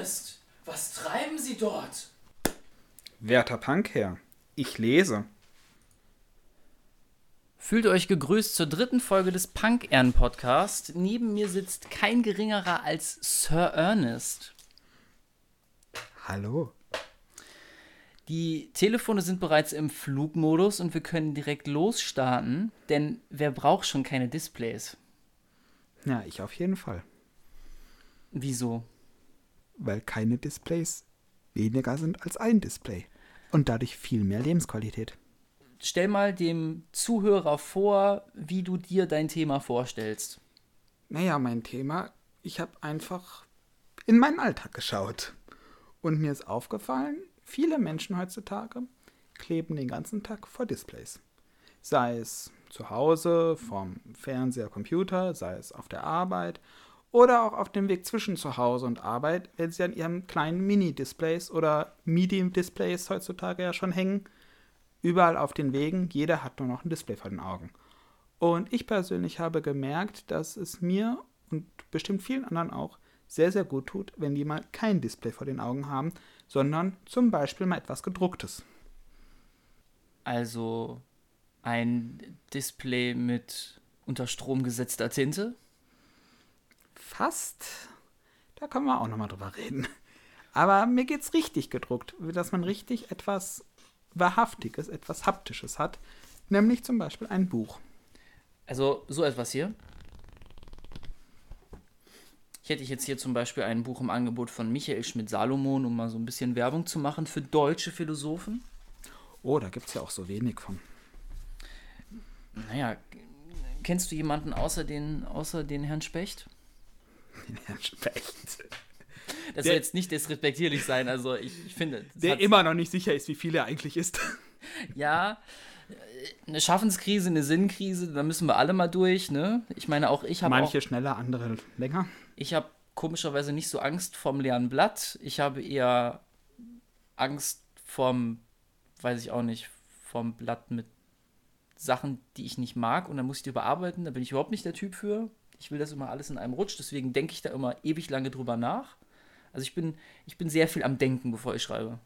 Ernest, was treiben Sie dort? Werter Punkherr, ich lese. Fühlt euch gegrüßt zur 3. Folge des Punk-Ern-Podcast. Neben mir sitzt kein geringerer als Sir Ernest. Hallo. Die Telefone sind bereits im Flugmodus und wir können direkt losstarten, denn wer braucht schon keine Displays? Ja, ich auf jeden Fall. Wieso? Weil keine Displays weniger sind als ein Display. Und dadurch viel mehr Lebensqualität. Stell mal dem Zuhörer vor, wie du dir dein Thema vorstellst. Naja, mein Thema, ich habe einfach in meinen Alltag geschaut. Und mir ist aufgefallen, viele Menschen heutzutage kleben den ganzen Tag vor Displays. Sei es zu Hause, vorm Fernseher, Computer, sei es auf der Arbeit oder auch auf dem Weg zwischen zu Hause und Arbeit, wenn sie an ihren kleinen Mini-Displays oder Medium-Displays heutzutage ja schon hängen. Überall auf den Wegen, jeder hat nur noch ein Display vor den Augen. Und ich persönlich habe gemerkt, dass es mir und bestimmt vielen anderen auch sehr, sehr gut tut, wenn die mal kein Display vor den Augen haben, sondern zum Beispiel mal etwas Gedrucktes. Also ein Display mit unter Strom gesetzter Tinte? Fast. Da können wir auch nochmal drüber reden. Aber mir geht's richtig gedruckt, dass man richtig etwas Wahrhaftiges, etwas Haptisches hat. Nämlich zum Beispiel ein Buch. Also so etwas hier. Ich hätte jetzt hier zum Beispiel ein Buch im Angebot von Michael Schmidt-Salomon, um mal so ein bisschen Werbung zu machen für deutsche Philosophen. Oh, da gibt's ja auch so wenig von. Naja, kennst du jemanden außer den Herrn Specht? Den Herrn Specht. Das soll jetzt nicht disrespektierlich sein, also ich finde... Der immer noch nicht sicher ist, wie viel er eigentlich ist. Ja, eine Schaffenskrise, eine Sinnkrise, da müssen wir alle mal durch, ne? Ich meine, auch ich habe Manche schneller, andere länger. Ich habe komischerweise nicht so Angst vorm leeren Blatt. Ich habe eher Angst vorm, weiß ich auch nicht, vorm Blatt mit Sachen, die ich nicht mag. Und dann muss ich die überarbeiten. Da bin ich überhaupt nicht der Typ für. Ich will das immer alles in einem Rutsch. Deswegen denke ich da immer ewig lange drüber nach. Also ich bin sehr viel am Denken, bevor ich schreibe.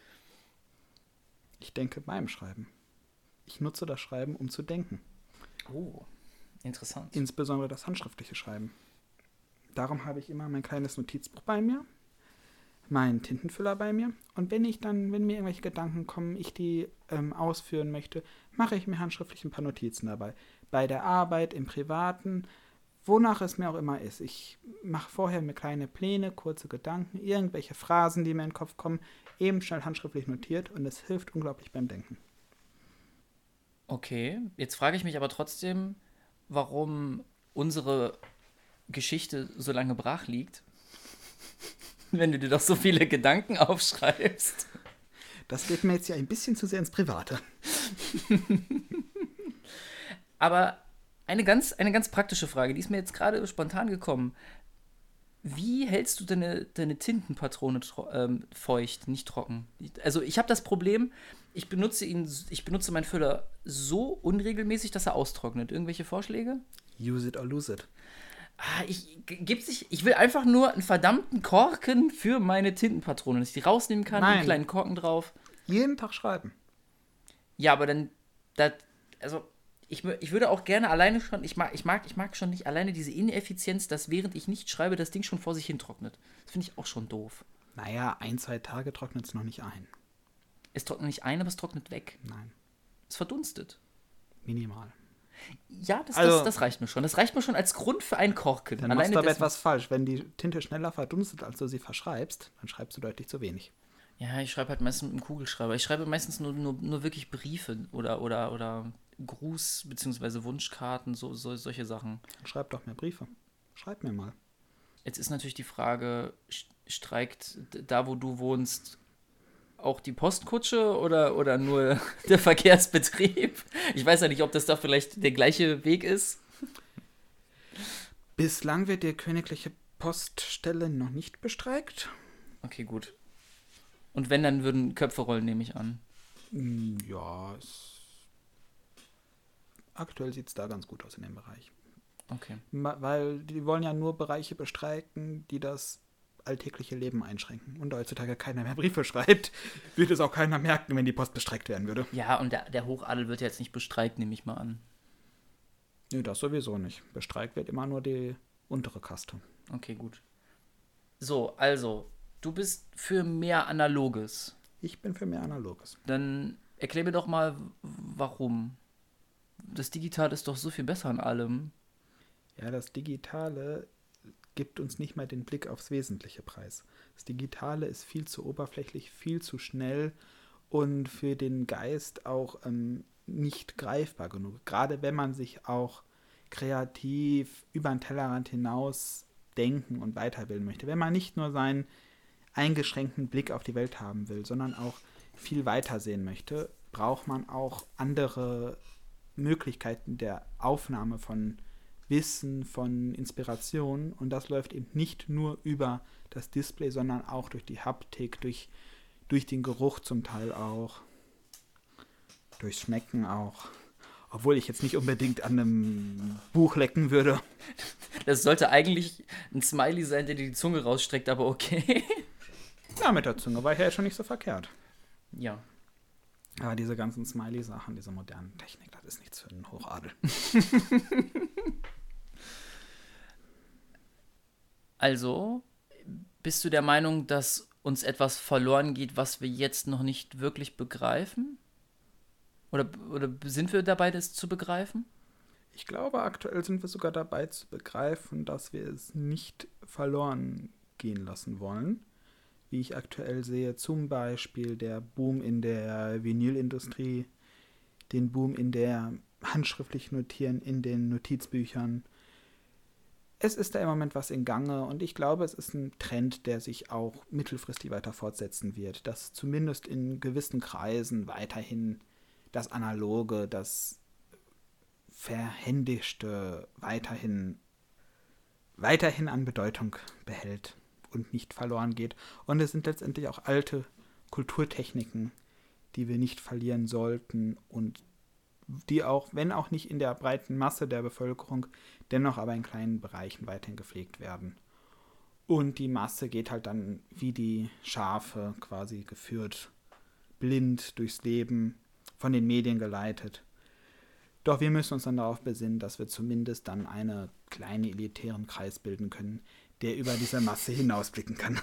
Ich denke beim Schreiben. Ich nutze das Schreiben, um zu denken. Oh, interessant. Insbesondere das handschriftliche Schreiben. Darum habe ich immer mein kleines Notizbuch bei mir, meinen Tintenfüller bei mir. Und wenn mir irgendwelche Gedanken kommen, ich die ausführen möchte, mache ich mir handschriftlich ein paar Notizen dabei. Bei der Arbeit, im Privaten, wonach es mir auch immer ist. Ich mache vorher mir kleine Pläne, kurze Gedanken, irgendwelche Phrasen, die mir in den Kopf kommen, eben schnell handschriftlich notiert und es hilft unglaublich beim Denken. Okay, jetzt frage ich mich aber trotzdem, warum unsere Geschichte so lange brach liegt, wenn du dir doch so viele Gedanken aufschreibst. Das geht mir jetzt ja ein bisschen zu sehr ins Private. Aber eine ganz praktische Frage, die ist mir jetzt gerade spontan gekommen. Wie hältst du deine Tintenpatrone feucht, nicht trocken? Also ich habe das Problem, ich benutze meinen Füller so unregelmäßig, dass er austrocknet. Irgendwelche Vorschläge? Use it or lose it. Ich will einfach nur einen verdammten Korken für meine Tintenpatrone, dass ich die rausnehmen kann, einen kleinen Korken drauf. Jeden Tag schreiben. Ja, aber dann, also ich würde auch gerne alleine schon, ich mag schon nicht alleine diese Ineffizienz, dass während ich nicht schreibe, das Ding schon vor sich hin trocknet. Das finde ich auch schon doof. Naja, 1-2 Tage trocknet es noch nicht ein. Es trocknet nicht ein, aber es trocknet weg. Nein. Es verdunstet. Minimal. Ja, das reicht mir schon. Das reicht mir schon als Grund für einen Korken. Dann machst du aber etwas falsch. Wenn die Tinte schneller verdunstet, als du sie verschreibst, dann schreibst du deutlich zu wenig. Ja, ich schreibe halt meistens mit einem Kugelschreiber. Ich schreibe meistens nur wirklich Briefe oder Gruß- bzw. Wunschkarten, solche Sachen. Schreib doch mehr Briefe. Schreib mir mal. Jetzt ist natürlich die Frage, streikt da, wo du wohnst, auch die Postkutsche oder nur der Verkehrsbetrieb? Ich weiß ja nicht, ob das da vielleicht der gleiche Weg ist. Bislang wird die königliche Poststelle noch nicht bestreikt. Okay, gut. Und wenn, dann würden Köpfe rollen, nehme ich an. Ja, aktuell sieht es da ganz gut aus in dem Bereich. Okay. Weil die wollen ja nur Bereiche bestreiken, die das alltägliche Leben einschränken. Und da heutzutage keiner mehr Briefe schreibt, würde es auch keiner merken, wenn die Post bestreckt werden würde. Ja, und der Hochadel wird ja jetzt nicht bestreikt, nehme ich mal an. Nee, das sowieso nicht. Bestreikt wird immer nur die untere Kaste. Okay, gut. So, also, du bist für mehr Analoges. Ich bin für mehr Analoges. Dann erklär mir doch mal, warum. Das Digitale ist doch so viel besser an allem. Ja, das Digitale gibt uns nicht mal den Blick aufs Wesentliche preis. Das Digitale ist viel zu oberflächlich, viel zu schnell und für den Geist auch nicht greifbar genug. Gerade wenn man sich auch kreativ über den Tellerrand hinaus denken und weiterbilden möchte. Wenn man nicht nur seinen eingeschränkten Blick auf die Welt haben will, sondern auch viel weiter sehen möchte, braucht man auch andere Möglichkeiten der Aufnahme von Wissen, von Inspiration. Und das läuft eben nicht nur über das Display, sondern auch durch die Haptik, durch den Geruch zum Teil auch, durchs Schmecken auch. Obwohl ich jetzt nicht unbedingt an einem Buch lecken würde. Das sollte eigentlich ein Smiley sein, der dir die Zunge rausstreckt, aber okay. Ja, mit der Zunge war ich ja schon nicht so verkehrt. Ja. Aber diese ganzen Smiley-Sachen, diese modernen Technik, das ist nichts für einen Hochadel. Also, bist du der Meinung, dass uns etwas verloren geht, was wir jetzt noch nicht wirklich begreifen? Oder sind wir dabei, das zu begreifen? Ich glaube, aktuell sind wir sogar dabei zu begreifen, dass wir es nicht verloren gehen lassen wollen. Wie ich aktuell sehe, zum Beispiel der Boom in der Vinylindustrie, den Boom in der handschriftlichen Notieren in den Notizbüchern. Es ist da im Moment was in Gange und ich glaube, es ist ein Trend, der sich auch mittelfristig weiter fortsetzen wird, dass zumindest in gewissen Kreisen weiterhin das Analoge, das Verhändigte weiterhin an Bedeutung behält und nicht verloren geht. Und es sind letztendlich auch alte Kulturtechniken, die wir nicht verlieren sollten und die auch, wenn auch nicht in der breiten Masse der Bevölkerung, dennoch aber in kleinen Bereichen weiterhin gepflegt werden. Und die Masse geht halt dann wie die Schafe quasi geführt, blind durchs Leben, von den Medien geleitet. Doch wir müssen uns dann darauf besinnen, dass wir zumindest dann einen kleinen elitären Kreis bilden können, der über diese Masse hinausblicken kann.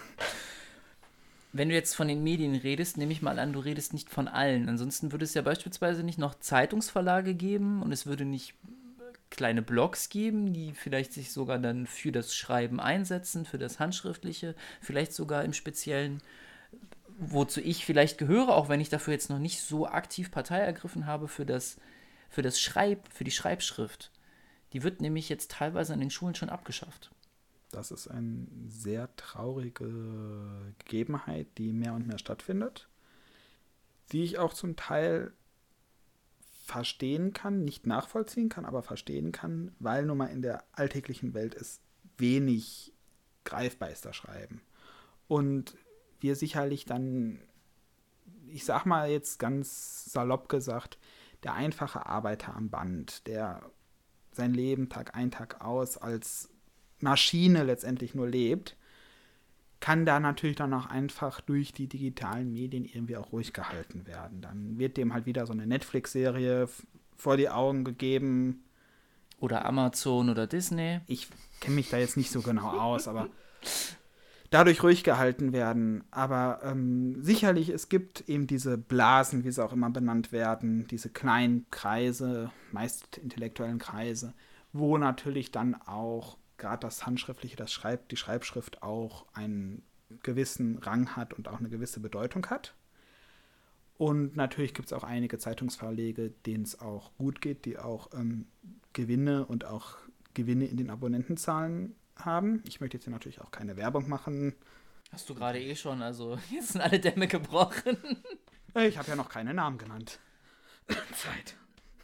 Wenn du jetzt von den Medien redest, nehme ich mal an, du redest nicht von allen. Ansonsten würde es ja beispielsweise nicht noch Zeitungsverlage geben und es würde nicht kleine Blogs geben, die vielleicht sich sogar dann für das Schreiben einsetzen, für das Handschriftliche, vielleicht sogar im Speziellen, wozu ich vielleicht gehöre, auch wenn ich dafür jetzt noch nicht so aktiv Partei ergriffen habe für die Schreibschrift. Die wird nämlich jetzt teilweise an den Schulen schon abgeschafft. Das ist eine sehr traurige Gegebenheit, die mehr und mehr stattfindet, die ich auch zum Teil verstehen kann, nicht nachvollziehen kann, aber verstehen kann, weil nun mal in der alltäglichen Welt es wenig greifbar ist, das Schreiben. Und wir sicherlich dann, ich sag mal jetzt ganz salopp gesagt, der einfache Arbeiter am Band, der sein Leben Tag ein, Tag aus als Maschine letztendlich nur lebt, kann da natürlich dann auch einfach durch die digitalen Medien irgendwie auch ruhig gehalten werden. Dann wird dem halt wieder so eine Netflix-Serie vor die Augen gegeben. Oder Amazon oder Disney. Ich kenne mich da jetzt nicht so genau aus, aber dadurch ruhig gehalten werden. Aber sicherlich, es gibt eben diese Blasen, wie sie auch immer benannt werden, diese kleinen Kreise, meist intellektuellen Kreise, wo natürlich dann auch gerade das Handschriftliche, die Schreibschrift auch einen gewissen Rang hat und auch eine gewisse Bedeutung hat. Und natürlich gibt es auch einige Zeitungsverlage, denen es auch gut geht, die auch Gewinne in den Abonnentenzahlen haben. Ich möchte jetzt hier natürlich auch keine Werbung machen. Hast du gerade schon, also jetzt sind alle Dämme gebrochen. Ich habe ja noch keine Namen genannt. Zeit.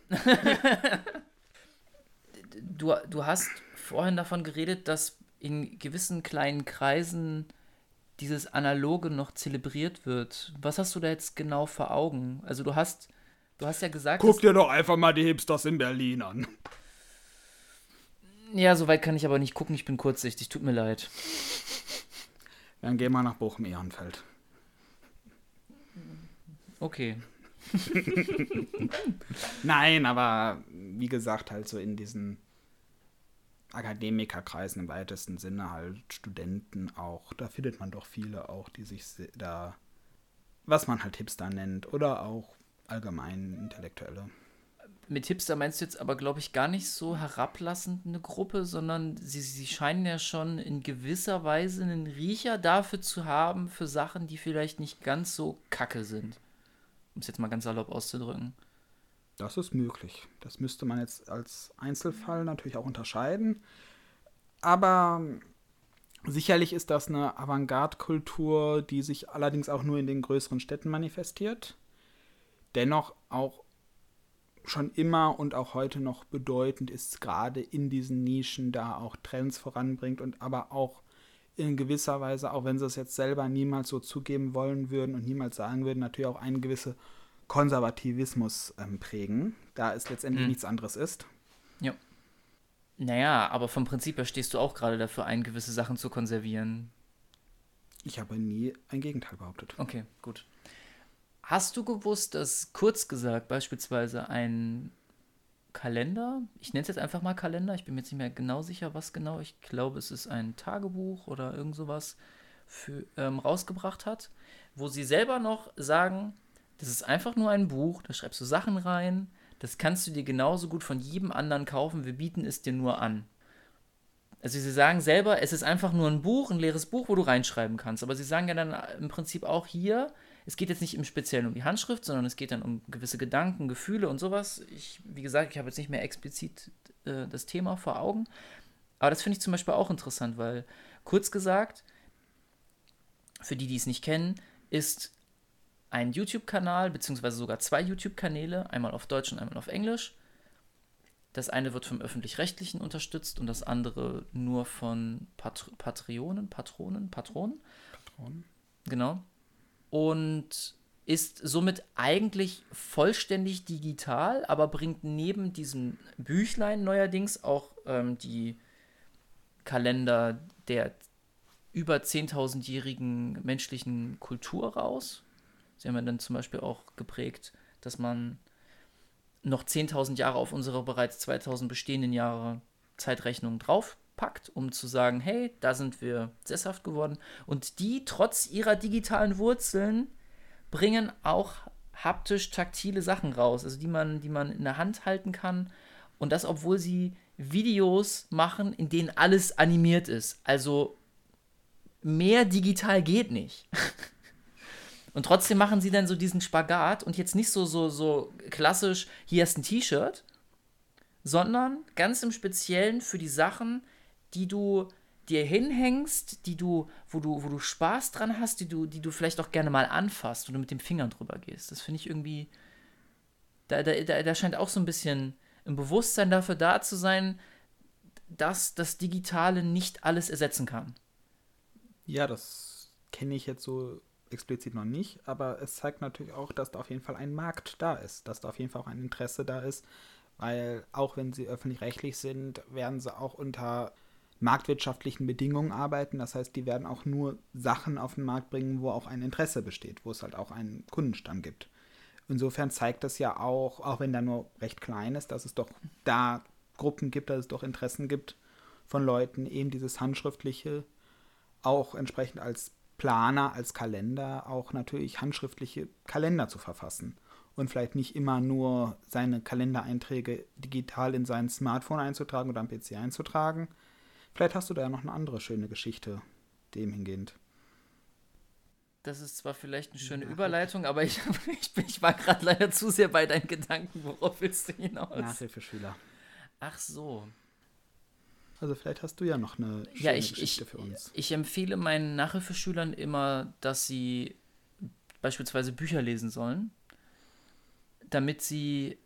Du hast vorhin davon geredet, dass in gewissen kleinen Kreisen dieses Analoge noch zelebriert wird. Was hast du da jetzt genau vor Augen? Also du hast ja gesagt... Guck dir doch einfach mal die Hipsters in Berlin an. Ja, so weit kann ich aber nicht gucken, ich bin kurzsichtig, tut mir leid. Dann gehen wir nach Bochum-Ehrenfeld. Okay. Nein, aber wie gesagt, halt so in diesen Akademikerkreisen im weitesten Sinne, halt Studenten auch, da findet man doch viele auch, die sich da, was man halt Hipster nennt, oder auch allgemein Intellektuelle. Mit Hipster meinst du jetzt aber, glaube ich, gar nicht so herablassend eine Gruppe, sondern sie scheinen ja schon in gewisser Weise einen Riecher dafür zu haben, für Sachen, die vielleicht nicht ganz so kacke sind. Um es jetzt mal ganz salopp auszudrücken. Das ist möglich. Das müsste man jetzt als Einzelfall natürlich auch unterscheiden. Aber sicherlich ist das eine Avantgarde-Kultur, die sich allerdings auch nur in den größeren Städten manifestiert. Dennoch auch schon immer und auch heute noch bedeutend ist, gerade in diesen Nischen da auch Trends voranbringt und aber auch in gewisser Weise, auch wenn sie es jetzt selber niemals so zugeben wollen würden und niemals sagen würden, natürlich auch einen gewissen Konservativismus prägen, da es letztendlich nichts anderes ist. Ja. Naja, aber vom Prinzip her stehst du auch gerade dafür ein, gewisse Sachen zu konservieren. Ich habe nie ein Gegenteil behauptet. Okay, gut. Hast du gewusst, dass kurz gesagt beispielsweise ein Kalender, ich nenne es jetzt einfach mal Kalender, ich bin mir jetzt nicht mehr genau sicher, was genau, ich glaube, es ist ein Tagebuch oder irgend sowas rausgebracht hat, wo sie selber noch sagen, das ist einfach nur ein Buch, da schreibst du Sachen rein, das kannst du dir genauso gut von jedem anderen kaufen, wir bieten es dir nur an. Also sie sagen selber, es ist einfach nur ein Buch, ein leeres Buch, wo du reinschreiben kannst. Aber sie sagen ja dann im Prinzip auch hier, es geht jetzt nicht im Speziellen um die Handschrift, sondern es geht dann um gewisse Gedanken, Gefühle und sowas. Wie gesagt, ich habe jetzt nicht mehr explizit das Thema vor Augen. Aber das finde ich zum Beispiel auch interessant, weil kurz gesagt, für die es nicht kennen, ist ein YouTube-Kanal, beziehungsweise sogar 2 YouTube-Kanäle, einmal auf Deutsch und einmal auf Englisch. Das eine wird vom Öffentlich-Rechtlichen unterstützt und das andere nur von Patronen. Genau. Und ist somit eigentlich vollständig digital, aber bringt neben diesem Büchlein neuerdings auch die Kalender der über 10.000-jährigen menschlichen Kultur raus. Sie haben ja dann zum Beispiel auch geprägt, dass man noch 10.000 Jahre auf unsere bereits 2.000 bestehenden Jahre Zeitrechnung draufpackt, um zu sagen, hey, da sind wir sesshaft geworden. Und die, trotz ihrer digitalen Wurzeln, bringen auch haptisch taktile Sachen raus, also die man in der Hand halten kann. Und das, obwohl sie Videos machen, in denen alles animiert ist. Also mehr digital geht nicht. Und trotzdem machen sie dann so diesen Spagat und jetzt nicht so klassisch, hier ist ein T-Shirt, sondern ganz im Speziellen für die Sachen, die du dir hinhängst, wo du Spaß dran hast, die du vielleicht auch gerne mal anfasst, wo du mit den Fingern drüber gehst. Das finde ich irgendwie, da scheint auch so ein bisschen ein Bewusstsein dafür da zu sein, dass das Digitale nicht alles ersetzen kann. Ja, das kenne ich jetzt so explizit noch nicht, aber es zeigt natürlich auch, dass da auf jeden Fall ein Markt da ist, dass da auf jeden Fall auch ein Interesse da ist, weil auch wenn sie öffentlich-rechtlich sind, werden sie auch unter marktwirtschaftlichen Bedingungen arbeiten. Das heißt, die werden auch nur Sachen auf den Markt bringen, wo auch ein Interesse besteht, wo es halt auch einen Kundenstamm gibt. Insofern zeigt das ja auch wenn da nur recht klein ist, dass es doch da Gruppen gibt, dass es doch Interessen gibt von Leuten, eben dieses Handschriftliche auch entsprechend als Planer, als Kalender auch natürlich handschriftliche Kalender zu verfassen und vielleicht nicht immer nur seine Kalendereinträge digital in sein Smartphone einzutragen oder am PC einzutragen. Vielleicht hast du da ja noch eine andere schöne Geschichte dem hingehend. Das ist zwar vielleicht eine schöne Überleitung, aber ich war gerade leider zu sehr bei deinen Gedanken. Worauf willst du hinaus? Nachhilfeschüler. Ach so. Also vielleicht hast du ja noch eine schöne Geschichte für uns. Ich empfehle meinen Nachhilfeschülern immer, dass sie beispielsweise Bücher lesen sollen, damit sie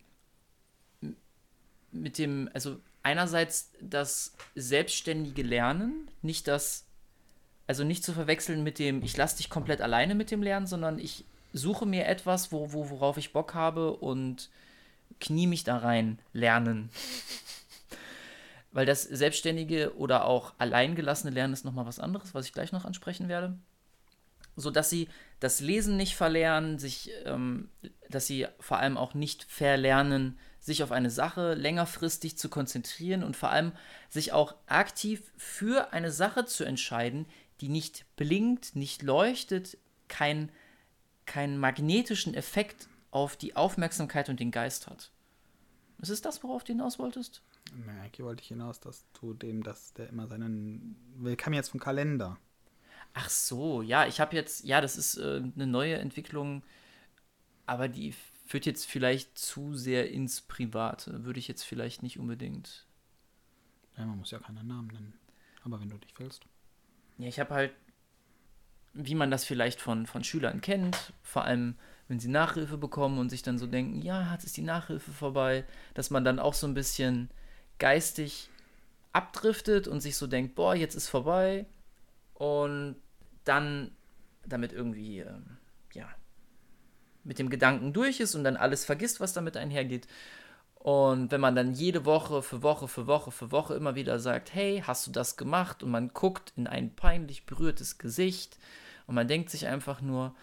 mit dem, also einerseits das selbstständige Lernen, nicht zu verwechseln mit dem, ich lasse dich komplett alleine mit dem Lernen, sondern ich suche mir etwas, worauf ich Bock habe und knie mich da rein, lernen. weil das selbstständige oder auch alleingelassene Lernen ist nochmal was anderes, was ich gleich noch ansprechen werde, sodass sie das Lesen nicht verlernen, dass sie vor allem auch nicht verlernen, sich auf eine Sache längerfristig zu konzentrieren und vor allem sich auch aktiv für eine Sache zu entscheiden, die nicht blinkt, nicht leuchtet, keinen magnetischen Effekt auf die Aufmerksamkeit und den Geist hat. Ist es das, worauf du hinaus wolltest? Na, eigentlich wollte ich hinaus, dass der immer wir kamen jetzt vom Kalender. Ach so, ja, das ist eine neue Entwicklung, aber die führt jetzt vielleicht zu sehr ins Private. Würde ich jetzt vielleicht nicht unbedingt. Ja, man muss ja keinen Namen nennen. Aber wenn du dich willst. Ja, ich habe halt, wie man das vielleicht von Schülern kennt, vor allem wenn sie Nachhilfe bekommen und sich dann so denken, ja, jetzt ist die Nachhilfe vorbei, dass man dann auch so ein bisschen geistig abdriftet und sich so denkt, boah, jetzt ist vorbei und dann damit irgendwie, mit dem Gedanken durch ist und dann alles vergisst, was damit einhergeht. Und wenn man dann jede Woche für Woche immer wieder sagt, hey, hast du das gemacht? Und man guckt in ein peinlich berührtes Gesicht und man denkt sich einfach nur,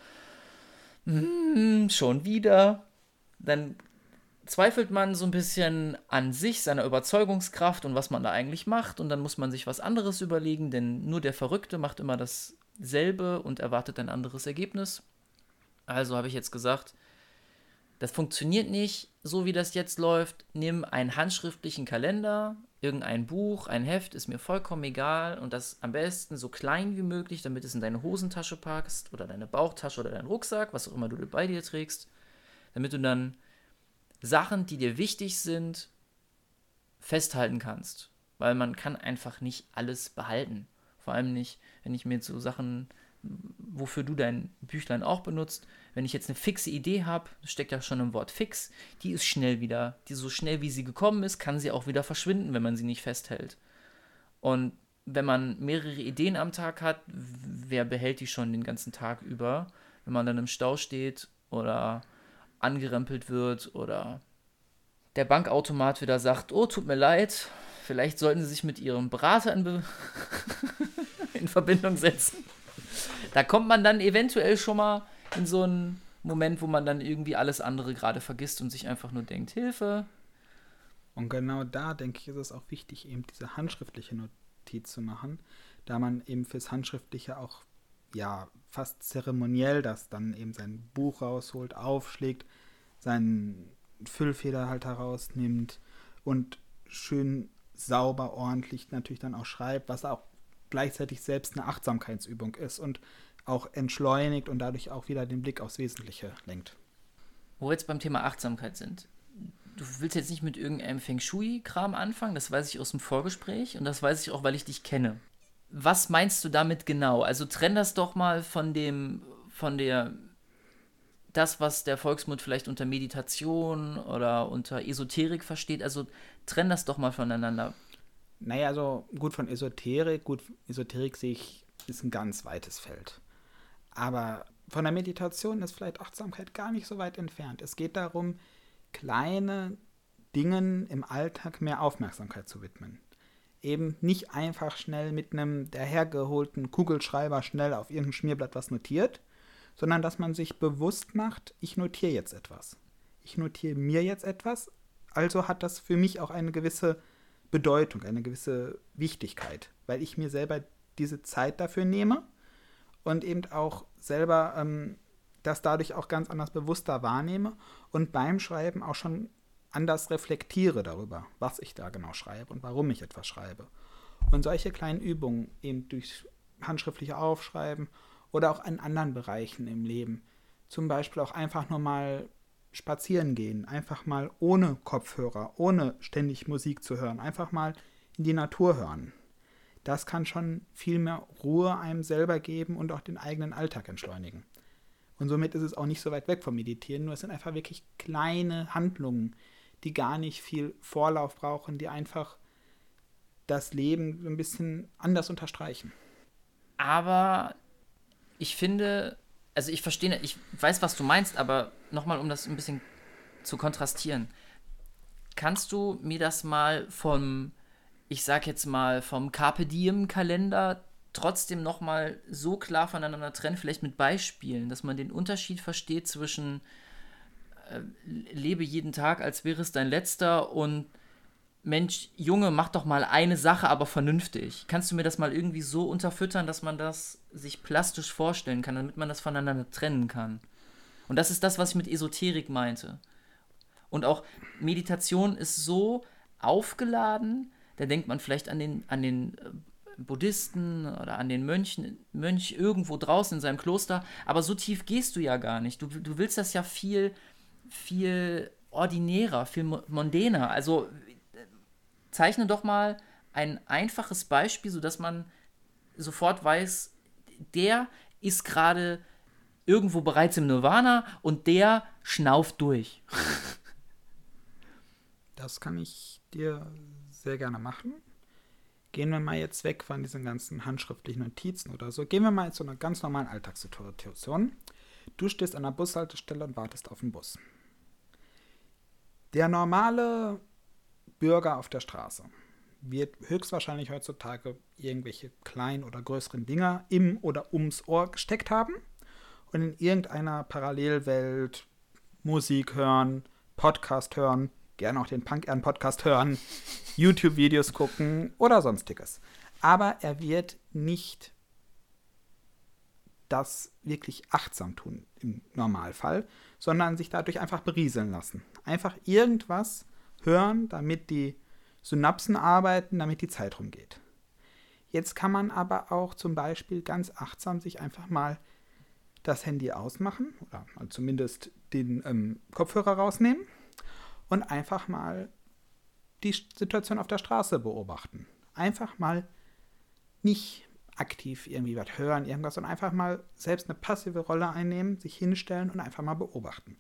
schon wieder, dann zweifelt man so ein bisschen an sich, seiner Überzeugungskraft und was man da eigentlich macht und dann muss man sich was anderes überlegen, denn nur der Verrückte macht immer dasselbe und erwartet ein anderes Ergebnis. Also habe ich jetzt gesagt, das funktioniert nicht, so wie das jetzt läuft. Nimm einen handschriftlichen Kalender, irgendein Buch, ein Heft, ist mir vollkommen egal. Und das am besten so klein wie möglich, damit es in deine Hosentasche packst oder deine Bauchtasche oder deinen Rucksack, was auch immer du bei dir trägst. Damit du dann Sachen, die dir wichtig sind, festhalten kannst. Weil man kann einfach nicht alles behalten. Vor allem nicht, wenn ich mir jetzt so Sachen, wofür du dein Büchlein auch benutzt, wenn ich jetzt eine fixe Idee habe, steckt ja schon im Wort fix, die ist so schnell wie sie gekommen ist, kann sie auch wieder verschwinden, wenn man sie nicht festhält. Und wenn man mehrere Ideen am Tag hat, wer behält die schon den ganzen Tag über? Wenn man dann im Stau steht oder angerempelt wird oder der Bankautomat wieder sagt, oh, tut mir leid, vielleicht sollten Sie sich mit Ihrem Berater in Verbindung setzen. Da kommt man dann eventuell schon mal in so einen Moment, wo man dann irgendwie alles andere gerade vergisst und sich einfach nur denkt, Hilfe. Und genau da, denke ich, ist es auch wichtig, eben diese handschriftliche Notiz zu machen, da man eben fürs Handschriftliche auch, ja, fast zeremoniell das dann eben sein Buch rausholt, aufschlägt, seinen Füllfederhalter rausnimmt und schön sauber, ordentlich natürlich dann auch schreibt, was auch gleichzeitig selbst eine Achtsamkeitsübung ist und auch entschleunigt und dadurch auch wieder den Blick aufs Wesentliche lenkt. Wo wir jetzt beim Thema Achtsamkeit sind. Du willst jetzt nicht mit irgendeinem Feng Shui-Kram anfangen, das weiß ich aus dem Vorgespräch und das weiß ich auch, weil ich dich kenne. Was meinst du damit genau? Also trenn das doch mal das, was der Volksmund vielleicht unter Meditation oder unter Esoterik versteht, also trenn das doch mal voneinander. Naja, also Esoterik sehe ich, ist ein ganz weites Feld. Aber von der Meditation ist vielleicht Achtsamkeit gar nicht so weit entfernt. Es geht darum, kleine Dingen im Alltag mehr Aufmerksamkeit zu widmen. Eben nicht einfach schnell mit einem dahergeholten Kugelschreiber schnell auf irgendeinem Schmierblatt was notiert, sondern dass man sich bewusst macht, ich notiere jetzt etwas. Ich notiere mir jetzt etwas, also hat das für mich auch eine gewisse Bedeutung, eine gewisse Wichtigkeit, weil ich mir selber diese Zeit dafür nehme und eben auch selber das dadurch auch ganz anders bewusster wahrnehme und beim Schreiben auch schon anders reflektiere darüber, was ich da genau schreibe und warum ich etwas schreibe. Und solche kleinen Übungen eben durch handschriftliche Aufschreiben oder auch in anderen Bereichen im Leben, zum Beispiel auch einfach nur mal spazieren gehen, einfach mal ohne Kopfhörer, ohne ständig Musik zu hören, einfach mal in die Natur hören. Das kann schon viel mehr Ruhe einem selber geben und auch den eigenen Alltag entschleunigen. Und somit ist es auch nicht so weit weg vom Meditieren, nur es sind einfach wirklich kleine Handlungen, die gar nicht viel Vorlauf brauchen, die einfach das Leben so ein bisschen anders unterstreichen. Aber ich finde, also ich verstehe, ich weiß, was du meinst, aber nochmal, um das ein bisschen zu kontrastieren. Kannst du mir das mal vom ich sag jetzt mal, vom Carpe Diem-Kalender trotzdem nochmal so klar voneinander trennen, vielleicht mit Beispielen, dass man den Unterschied versteht zwischen lebe jeden Tag, als wäre es dein letzter und Mensch, Junge, mach doch mal eine Sache, aber vernünftig. Kannst du mir das mal irgendwie so unterfüttern, dass man das sich plastisch vorstellen kann, damit man das voneinander trennen kann? Und das ist das, was ich mit Esoterik meinte. Und auch Meditation ist so aufgeladen, da denkt man vielleicht an den Buddhisten oder an den Mönch irgendwo draußen in seinem Kloster, aber so tief gehst du ja gar nicht. Du willst das ja viel, viel ordinärer, viel mondäner. Also zeichne doch mal ein einfaches Beispiel, sodass man sofort weiß, der ist gerade irgendwo bereits im Nirvana und der schnauft durch. Das kann ich dir sehr gerne machen. Gehen wir mal jetzt weg von diesen ganzen handschriftlichen Notizen oder so. Gehen wir mal zu einer ganz normalen Alltagssituation. Du stehst an der Bushaltestelle und wartest auf den Bus. Der normale Bürger auf der Straße wird höchstwahrscheinlich heutzutage irgendwelche kleinen oder größeren Dinger im oder ums Ohr gesteckt haben und in irgendeiner Parallelwelt Musik hören, Podcast hören, gerne auch den Punk-Podcast hören, YouTube-Videos gucken oder sonstiges. Aber er wird nicht das wirklich achtsam tun im Normalfall, sondern sich dadurch einfach berieseln lassen. Einfach irgendwas hören, damit die Synapsen arbeiten, damit die Zeit rumgeht. Jetzt kann man aber auch zum Beispiel ganz achtsam sich einfach mal das Handy ausmachen oder zumindest den Kopfhörer rausnehmen und einfach mal die Situation auf der Straße beobachten. Einfach mal nicht aktiv irgendwie was hören, irgendwas, sondern einfach mal selbst eine passive Rolle einnehmen, sich hinstellen und einfach mal beobachten.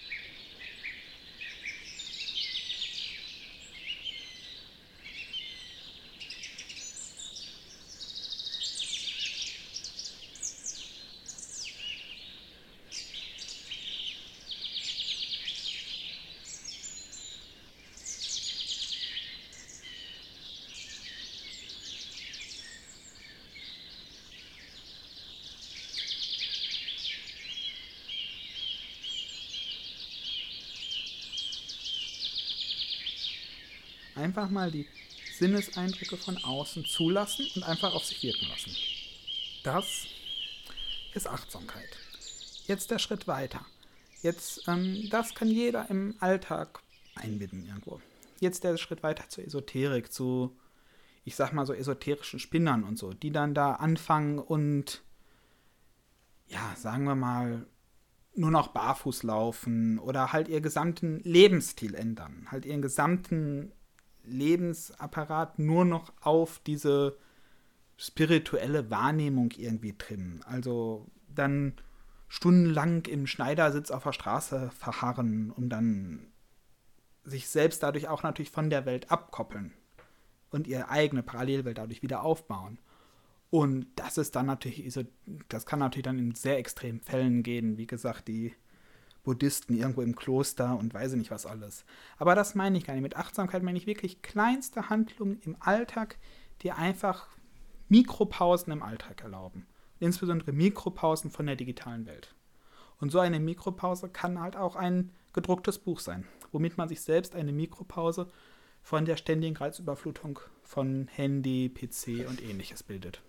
Einfach mal die Sinneseindrücke von außen zulassen und einfach auf sich wirken lassen. Das ist Achtsamkeit. Jetzt der Schritt weiter. Das kann jeder im Alltag einbinden irgendwo. Jetzt der Schritt weiter zur Esoterik, zu, ich sag mal so esoterischen Spinnern und so, die dann da anfangen und, ja, sagen wir mal, nur noch barfuß laufen oder halt ihren gesamten Lebensstil ändern, halt ihren gesamten Lebensapparat nur noch auf diese spirituelle Wahrnehmung irgendwie trimmen. Also dann stundenlang im Schneidersitz auf der Straße verharren, um dann sich selbst dadurch auch natürlich von der Welt abkoppeln und ihre eigene Parallelwelt dadurch wieder aufbauen. Und das ist dann natürlich, das kann natürlich dann in sehr extremen Fällen gehen, wie gesagt, die Buddhisten irgendwo im Kloster und weiß ich nicht was alles. Aber das meine ich gar nicht. Mit Achtsamkeit meine ich wirklich kleinste Handlungen im Alltag, die einfach Mikropausen im Alltag erlauben. Insbesondere Mikropausen von der digitalen Welt. Und so eine Mikropause kann halt auch ein gedrucktes Buch sein, womit man sich selbst eine Mikropause von der ständigen Reizüberflutung von Handy, PC und ähnliches bildet.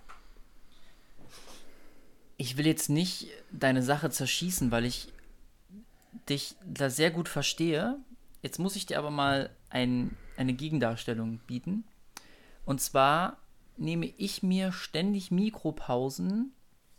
Ich will jetzt nicht deine Sache zerschießen, weil ich dich da sehr gut verstehe. Jetzt muss ich dir aber mal eine Gegendarstellung bieten. Und zwar nehme ich mir ständig Mikropausen,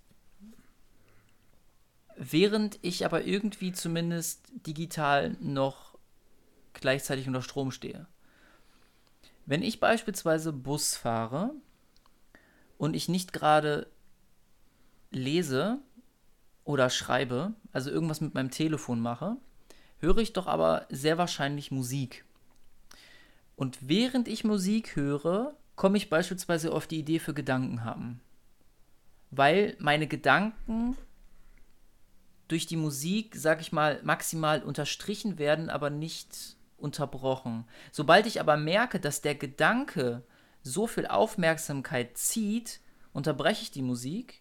während ich aber irgendwie zumindest digital noch gleichzeitig unter Strom stehe. Wenn ich beispielsweise Bus fahre und ich nicht gerade lese oder schreibe, also irgendwas mit meinem Telefon mache, höre ich doch aber sehr wahrscheinlich Musik. Und während ich Musik höre, komme ich beispielsweise auf die Idee für Gedanken haben. Weil meine Gedanken durch die Musik, sag ich mal, maximal unterstrichen werden, aber nicht unterbrochen. Sobald ich aber merke, dass der Gedanke so viel Aufmerksamkeit zieht, unterbreche ich die Musik,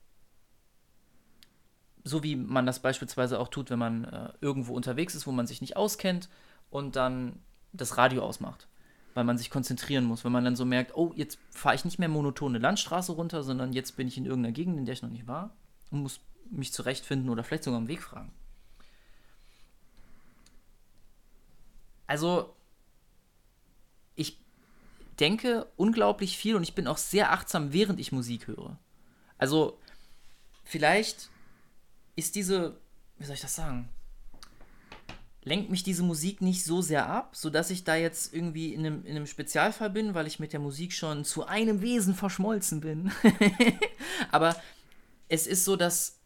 so wie man das beispielsweise auch tut, wenn man irgendwo unterwegs ist, wo man sich nicht auskennt und dann das Radio ausmacht, weil man sich konzentrieren muss, wenn man dann so merkt, oh, jetzt fahre ich nicht mehr monotone Landstraße runter, sondern jetzt bin ich in irgendeiner Gegend, in der ich noch nicht war und muss mich zurechtfinden oder vielleicht sogar am Weg fragen. Also, ich denke unglaublich viel und ich bin auch sehr achtsam, während ich Musik höre. Also, vielleicht ist diese, wie soll ich das sagen, lenkt mich diese Musik nicht so sehr ab, sodass ich da jetzt irgendwie in einem Spezialfall bin, weil ich mit der Musik schon zu einem Wesen verschmolzen bin. Aber es ist so, dass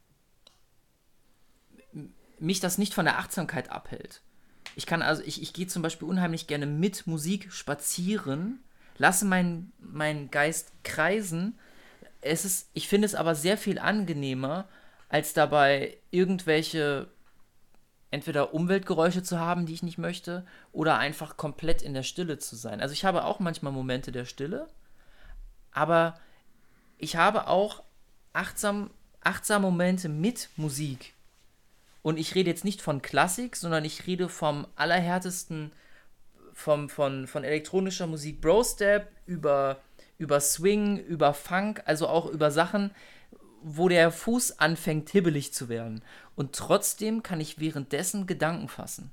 mich das nicht von der Achtsamkeit abhält. Ich gehe zum Beispiel unheimlich gerne mit Musik spazieren, lasse meinen Geist kreisen. Ich finde es aber sehr viel angenehmer, als dabei irgendwelche entweder Umweltgeräusche zu haben, die ich nicht möchte, oder einfach komplett in der Stille zu sein. Also ich habe auch manchmal Momente der Stille, aber ich habe auch achtsam Momente mit Musik. Und ich rede jetzt nicht von Klassik, sondern ich rede vom allerhärtesten, von elektronischer Musik, Brostep, über Swing, über Funk, also auch über Sachen, wo der Fuß anfängt, hibbelig zu werden. Und trotzdem kann ich währenddessen Gedanken fassen.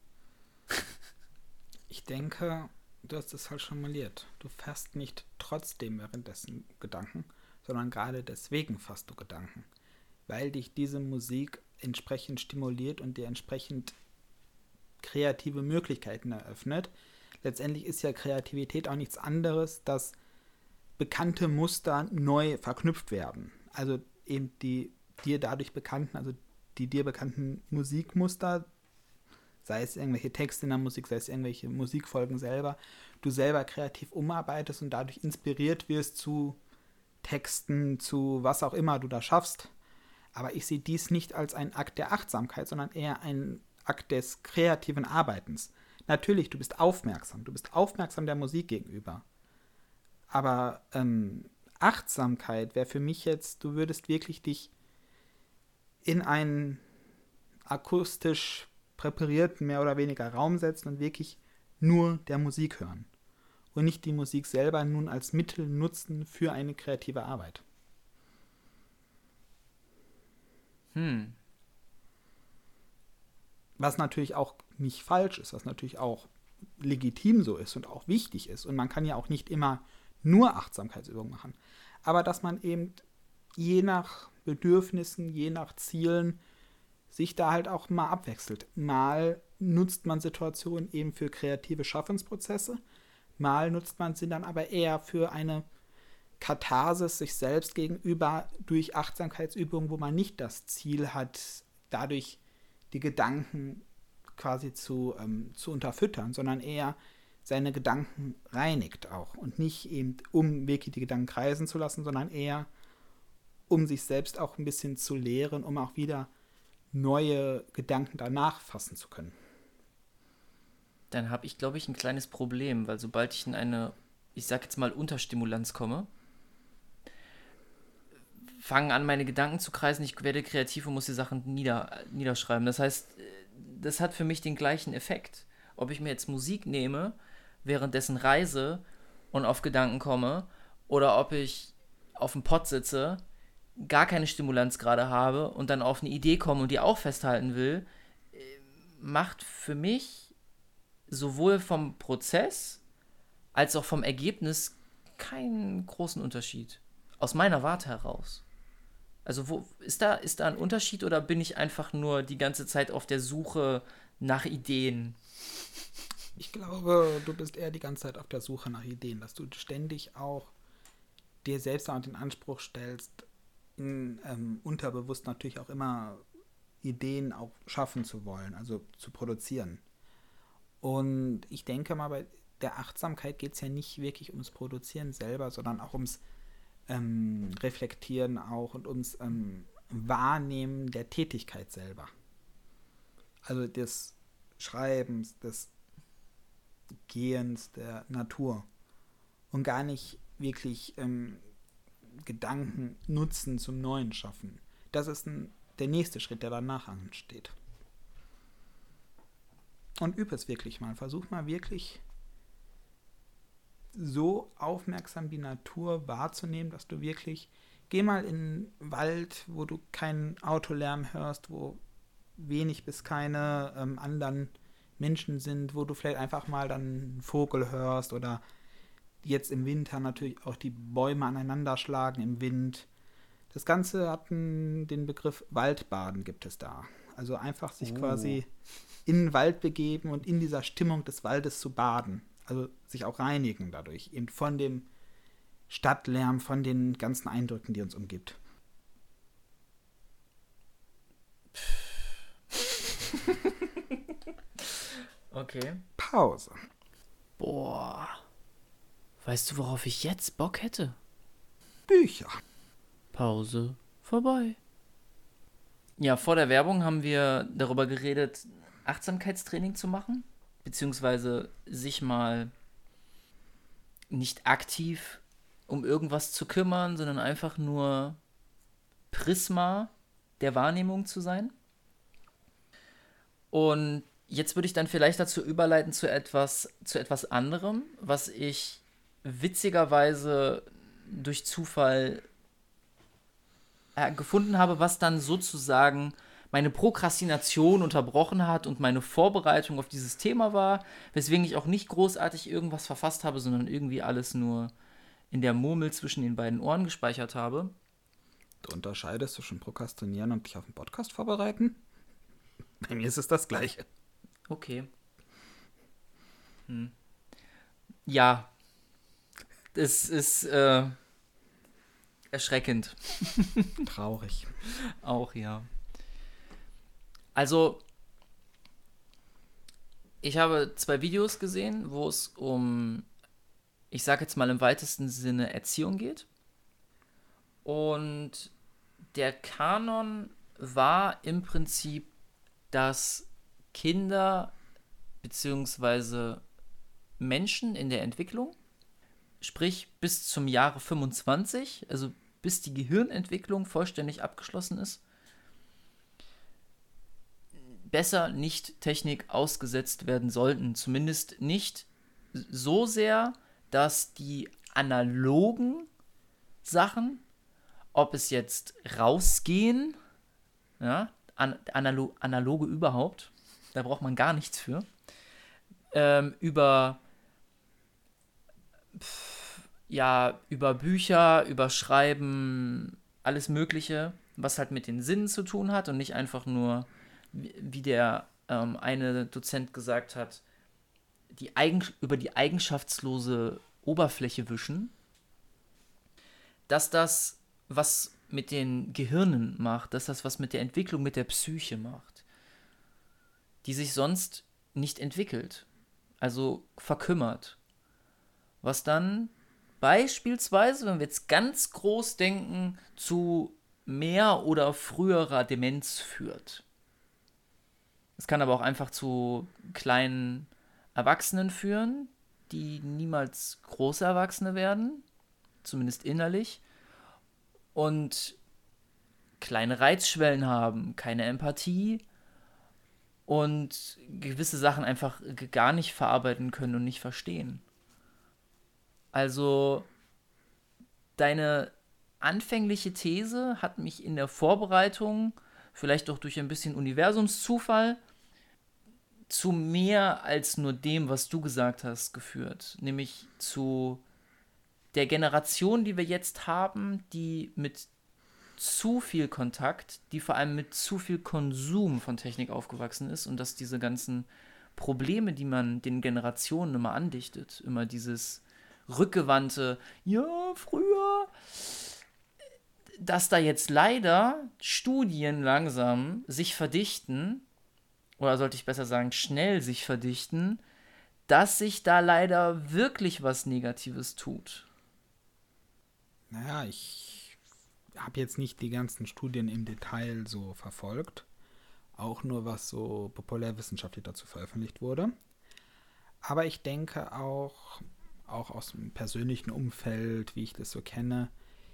Ich denke, du hast es halt schon maliert. Du fasst nicht trotzdem währenddessen Gedanken, sondern gerade deswegen fasst du Gedanken. Weil dich diese Musik entsprechend stimuliert und dir entsprechend kreative Möglichkeiten eröffnet. Letztendlich ist ja Kreativität auch nichts anderes, dass bekannte Muster neu verknüpft werden. Also eben die dir bekannten Musikmuster, sei es irgendwelche Texte in der Musik, sei es irgendwelche Musikfolgen selber, du selber kreativ umarbeitest und dadurch inspiriert wirst zu Texten, zu was auch immer du da schaffst. Aber ich sehe dies nicht als einen Akt der Achtsamkeit, sondern eher einen Akt des kreativen Arbeitens. Natürlich, du bist aufmerksam der Musik gegenüber. Aber Achtsamkeit wäre für mich jetzt, du würdest wirklich dich in einen akustisch präparierten, mehr oder weniger Raum setzen und wirklich nur der Musik hören. Und nicht die Musik selber nun als Mittel nutzen für eine kreative Arbeit. Was natürlich auch nicht falsch ist, was natürlich auch legitim so ist und auch wichtig ist. Und man kann ja auch nicht immer nur Achtsamkeitsübungen machen. Aber dass man eben je nach Bedürfnissen, je nach Zielen sich da halt auch mal abwechselt. Mal nutzt man Situationen eben für kreative Schaffensprozesse, mal nutzt man sie dann aber eher für eine Katharsis sich selbst gegenüber durch Achtsamkeitsübungen, wo man nicht das Ziel hat, dadurch die Gedanken quasi zu unterfüttern, sondern eher seine Gedanken reinigt auch und nicht eben, um wirklich die Gedanken kreisen zu lassen, sondern eher, um sich selbst auch ein bisschen zu lehren, um auch wieder neue Gedanken danach fassen zu können. Dann habe ich, glaube ich, ein kleines Problem, weil sobald ich in eine, ich sag jetzt mal, Unterstimulanz komme, fangen an, meine Gedanken zu kreisen, ich werde kreativ und muss die Sachen niederschreiben. Das heißt, das hat für mich den gleichen Effekt. Ob ich mir jetzt Musik nehme, währenddessen reise und auf Gedanken komme, oder ob ich auf dem Pott sitze, gar keine Stimulanz gerade habe und dann auf eine Idee komme und die auch festhalten will, macht für mich sowohl vom Prozess als auch vom Ergebnis keinen großen Unterschied. Aus meiner Warte heraus. Also ist da ein Unterschied oder bin ich einfach nur die ganze Zeit auf der Suche nach Ideen? Ich glaube, du bist eher die ganze Zeit auf der Suche nach Ideen, dass du ständig auch dir selbst auch den Anspruch stellst, unterbewusst natürlich auch immer Ideen auch schaffen zu wollen, also zu produzieren. Und ich denke mal, bei der Achtsamkeit geht es ja nicht wirklich ums Produzieren selber, sondern auch ums Reflektieren auch und ums Wahrnehmen der Tätigkeit selber. Also des Schreibens, des Gehens der Natur und gar nicht wirklich Gedanken nutzen zum Neuen schaffen. Das ist der nächste Schritt, der danach ansteht. Und übe es wirklich mal. Versuch mal wirklich so aufmerksam die Natur wahrzunehmen, dass du wirklich, geh mal in den Wald, wo du keinen Autolärm hörst, wo wenig bis keine anderen Menschen sind, wo du vielleicht einfach mal dann einen Vogel hörst oder jetzt im Winter natürlich auch die Bäume aneinander schlagen im Wind. Das Ganze hat den Begriff Waldbaden gibt es da. Also einfach sich quasi in den Wald begeben und in dieser Stimmung des Waldes zu baden. Also sich auch reinigen dadurch, eben von dem Stadtlärm, von den ganzen Eindrücken, die uns umgibt. Okay. Pause. Boah. Weißt du, worauf ich jetzt Bock hätte? Bücher. Pause vorbei. Ja, vor der Werbung haben wir darüber geredet, Achtsamkeitstraining zu machen, beziehungsweise sich mal nicht aktiv um irgendwas zu kümmern, sondern einfach nur Prisma der Wahrnehmung zu sein. Und jetzt würde ich dann vielleicht dazu überleiten zu etwas anderem, was ich witzigerweise durch Zufall gefunden habe, was dann sozusagen meine Prokrastination unterbrochen hat und meine Vorbereitung auf dieses Thema war, weswegen ich auch nicht großartig irgendwas verfasst habe, sondern irgendwie alles nur in der Murmel zwischen den beiden Ohren gespeichert habe. Du unterscheidest zwischen Prokrastinieren und dich auf den Podcast vorbereiten? Bei mir ist es das Gleiche. Okay. Ja. Es ist erschreckend. Traurig. Auch, ja. Also, ich habe 2 Videos gesehen, wo es um, ich sage jetzt mal im weitesten Sinne, Erziehung geht. Und der Kanon war im Prinzip, dass Kinder bzw. Menschen in der Entwicklung, sprich bis zum Jahre 25, also bis die Gehirnentwicklung vollständig abgeschlossen ist, besser nicht Technik ausgesetzt werden sollten. Zumindest nicht so sehr, dass die analogen Sachen, ob es jetzt rausgehen, ja, analoge überhaupt, da braucht man gar nichts für, über Bücher, über Schreiben, alles Mögliche, was halt mit den Sinnen zu tun hat und nicht einfach nur, wie der eine Dozent gesagt hat, über die eigenschaftslose Oberfläche wischen, dass das was mit den Gehirnen macht, dass das was mit der Entwicklung, mit der Psyche macht, die sich sonst nicht entwickelt, also verkümmert. Was dann beispielsweise, wenn wir jetzt ganz groß denken, zu mehr oder früherer Demenz führt. Es kann aber auch einfach zu kleinen Erwachsenen führen, die niemals große Erwachsene werden, zumindest innerlich, und kleine Reizschwellen haben, keine Empathie und gewisse Sachen einfach gar nicht verarbeiten können und nicht verstehen. Also deine anfängliche These hat mich in der Vorbereitung, vielleicht auch durch ein bisschen Universumszufall, zu mehr als nur dem, was du gesagt hast, geführt. Nämlich zu der Generation, die wir jetzt haben, die mit zu viel Kontakt, die vor allem mit zu viel Konsum von Technik aufgewachsen ist und dass diese ganzen Probleme, die man den Generationen immer andichtet, immer dieses rückgewandte, ja, früher, dass da jetzt leider Studien langsam sich verdichten, oder sollte ich besser sagen, schnell sich verdichten, dass sich da leider wirklich was Negatives tut. Naja, ich habe jetzt nicht die ganzen Studien im Detail so verfolgt. Auch nur, was so populärwissenschaftlich dazu veröffentlicht wurde. Aber ich denke auch aus dem persönlichen Umfeld, wie ich das so kenne,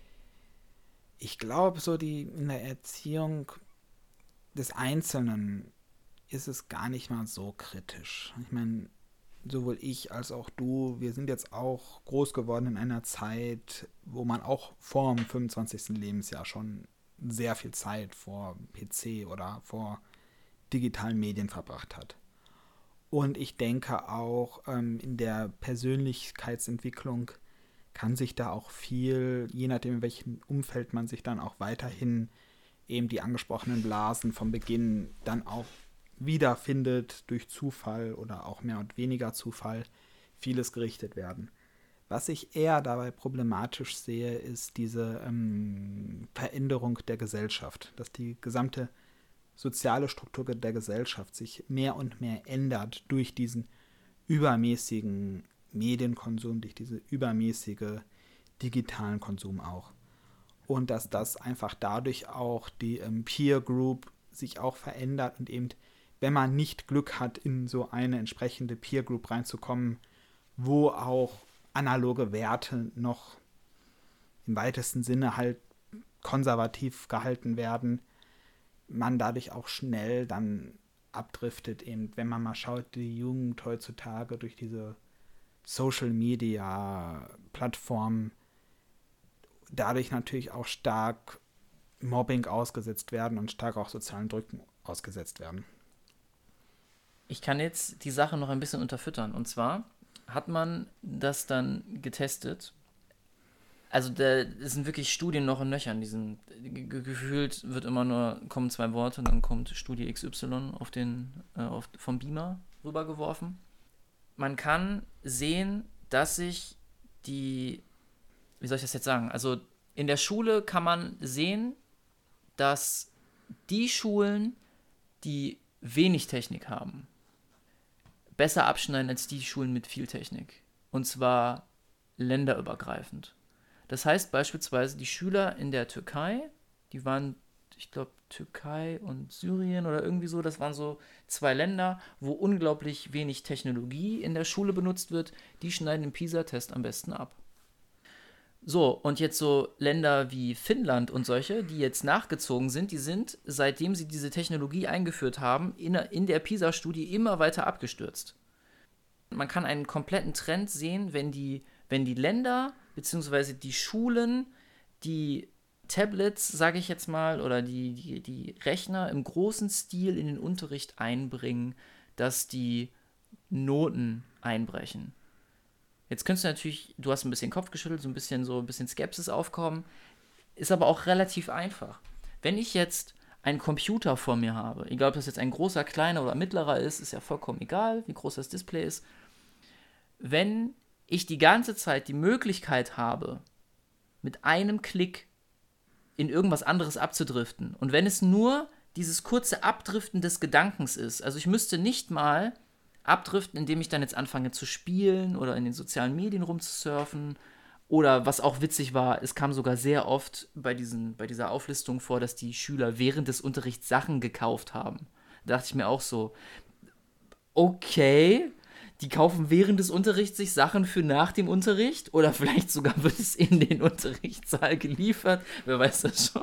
ich glaube, so in der Erziehung des Einzelnen ist es gar nicht mal so kritisch. Ich meine, sowohl ich als auch du, wir sind jetzt auch groß geworden in einer Zeit, wo man auch vor dem 25. Lebensjahr schon sehr viel Zeit vor PC oder vor digitalen Medien verbracht hat. Und ich denke auch in der Persönlichkeitsentwicklung kann sich da auch viel, je nachdem in welchem Umfeld man sich dann auch weiterhin eben die angesprochenen Blasen vom Beginn dann auch wiederfindet durch Zufall oder auch mehr und weniger Zufall, vieles gerichtet werden. Was ich eher dabei problematisch sehe, ist diese Veränderung der Gesellschaft, dass die gesamte soziale Struktur der Gesellschaft sich mehr und mehr ändert durch diesen übermäßigen Medienkonsum, durch diese übermäßige digitalen Konsum auch. Und dass das einfach dadurch auch die Peer Group sich auch verändert und eben, wenn man nicht Glück hat, in so eine entsprechende Peer Group reinzukommen, wo auch analoge Werte noch im weitesten Sinne halt konservativ gehalten werden, man dadurch auch schnell dann abdriftet, eben, wenn man mal schaut, die Jugend heutzutage durch diese Social Media Plattformen dadurch natürlich auch stark Mobbing ausgesetzt werden und stark auch sozialen Drücken ausgesetzt werden. Ich kann jetzt die Sache noch ein bisschen unterfüttern. Und zwar hat man das dann getestet. Also da sind wirklich Studien noch in Nöchern. Gefühlt wird immer nur, kommen 2 Worte, dann kommt Studie XY vom Beamer rübergeworfen. Man kann sehen, dass sich wie soll ich das jetzt sagen? Also in der Schule kann man sehen, dass die Schulen, die wenig Technik haben, besser abschneiden als die Schulen mit viel Technik. Und zwar länderübergreifend. Das heißt beispielsweise, die Schüler in der Türkei, die waren, ich glaube, Türkei und Syrien oder irgendwie so, das waren so 2 Länder, wo unglaublich wenig Technologie in der Schule benutzt wird, die schneiden im PISA-Test am besten ab. So, und jetzt so Länder wie Finnland und solche, die jetzt nachgezogen sind, die sind, seitdem sie diese Technologie eingeführt haben, in der PISA-Studie immer weiter abgestürzt. Man kann einen kompletten Trend sehen, wenn die Länder bzw. die Schulen die Tablets, sage ich jetzt mal, oder die Rechner im großen Stil in den Unterricht einbringen, dass die Noten einbrechen. Jetzt könntest du natürlich, du hast ein bisschen Kopf geschüttelt, so ein bisschen Skepsis aufkommen, ist aber auch relativ einfach. Wenn ich jetzt einen Computer vor mir habe, egal ob das jetzt ein großer, kleiner oder mittlerer ist ja vollkommen egal, wie groß das Display ist, wenn ich die ganze Zeit die Möglichkeit habe, mit einem Klick in irgendwas anderes abzudriften, und wenn es nur dieses kurze Abdriften des Gedankens ist, also ich müsste nicht mal abdriften, indem ich dann jetzt anfange zu spielen oder in den sozialen Medien rumzusurfen, oder was auch witzig war, es kam sogar sehr oft bei dieser Auflistung vor, dass die Schüler während des Unterrichts Sachen gekauft haben. Da dachte ich mir auch so, okay, die kaufen während des Unterrichts sich Sachen für nach dem Unterricht, oder vielleicht sogar wird es in den Unterrichtssaal geliefert, wer weiß das schon.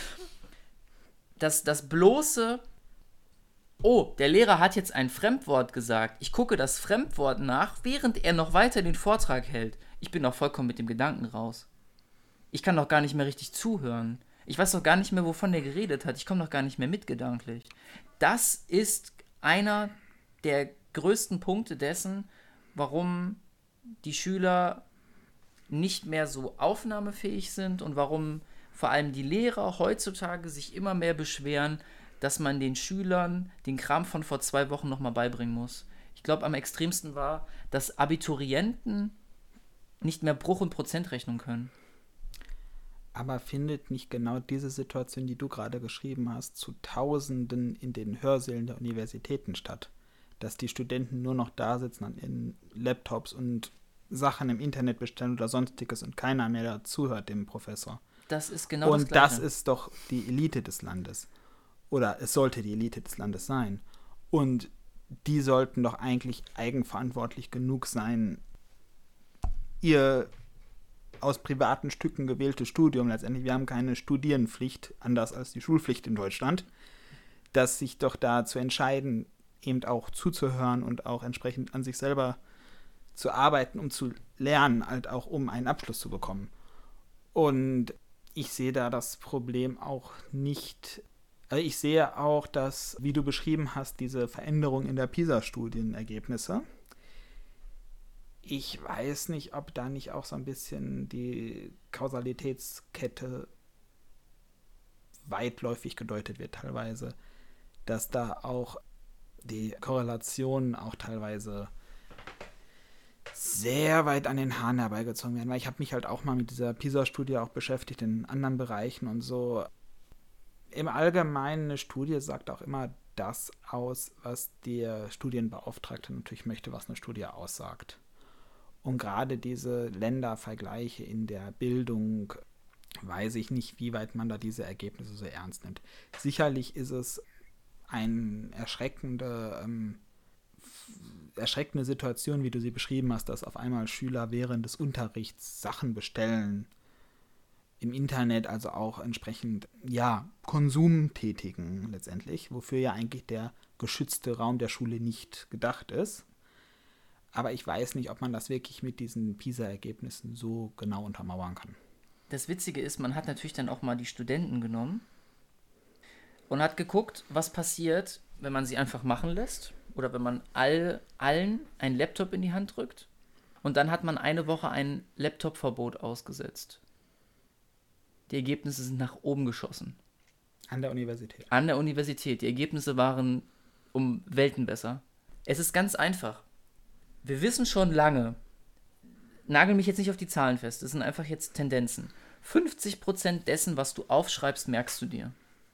Das bloße, oh, der Lehrer hat jetzt ein Fremdwort gesagt, ich gucke das Fremdwort nach, während er noch weiter den Vortrag hält. Ich bin doch vollkommen mit dem Gedanken raus. Ich kann doch gar nicht mehr richtig zuhören. Ich weiß doch gar nicht mehr, wovon der geredet hat. Ich komme doch gar nicht mehr mit gedanklich. Das ist einer der größten Punkte dessen, warum die Schüler nicht mehr so aufnahmefähig sind und warum vor allem die Lehrer heutzutage sich immer mehr beschweren, dass man den Schülern den Kram von vor 2 Wochen nochmal beibringen muss. Ich glaube, am extremsten war, dass Abiturienten nicht mehr Bruch- und Prozentrechnung können. Aber findet nicht genau diese Situation, die du gerade geschrieben hast, zu Tausenden in den Hörsälen der Universitäten statt? Dass die Studenten nur noch da sitzen an ihren Laptops und Sachen im Internet bestellen oder sonstiges und keiner mehr dazuhört dem Professor. Das ist genau das Gleiche. Und das ist doch die Elite des Landes. Oder es sollte die Elite des Landes sein. Und die sollten doch eigentlich eigenverantwortlich genug sein, ihr aus privaten Stücken gewähltes Studium, letztendlich, wir haben keine Studierenpflicht, anders als die Schulpflicht in Deutschland, dass sich doch da zu entscheiden, eben auch zuzuhören und auch entsprechend an sich selber zu arbeiten, um zu lernen, halt auch um einen Abschluss zu bekommen. Und ich sehe da das Problem auch nicht. Also ich sehe auch, dass, wie du beschrieben hast, diese Veränderung in der PISA-Studienergebnisse. Ich weiß nicht, ob da nicht auch so ein bisschen die Kausalitätskette weitläufig gedeutet wird teilweise, dass da auch die Korrelationen auch teilweise sehr weit an den Haaren herbeigezogen werden, weil ich habe mich halt auch mal mit dieser PISA-Studie auch beschäftigt in anderen Bereichen und so. Im Allgemeinen, eine Studie sagt auch immer das aus, was der Studienbeauftragte natürlich möchte, was eine Studie aussagt. Und gerade diese Ländervergleiche in der Bildung, weiß ich nicht, wie weit man da diese Ergebnisse so ernst nimmt. Sicherlich ist es eine erschreckende Situation, wie du sie beschrieben hast, dass auf einmal Schüler während des Unterrichts Sachen bestellen im Internet, also auch entsprechend, ja, Konsum tätigen letztendlich, wofür ja eigentlich der geschützte Raum der Schule nicht gedacht ist. Aber ich weiß nicht, ob man das wirklich mit diesen PISA-Ergebnissen so genau untermauern kann. Das Witzige ist, man hat natürlich dann auch mal die Studenten genommen und hat geguckt, was passiert, wenn man sie einfach machen lässt oder wenn man allen einen Laptop in die Hand drückt und dann hat man eine Woche ein Laptop-Verbot ausgesetzt. Die Ergebnisse sind nach oben geschossen. An der Universität. An der Universität. Die Ergebnisse waren um Welten besser. Es ist ganz einfach. Wir wissen schon lange, nagel mich jetzt nicht auf die Zahlen fest, das sind einfach jetzt Tendenzen. 50% dessen, was du aufschreibst, merkst du dir.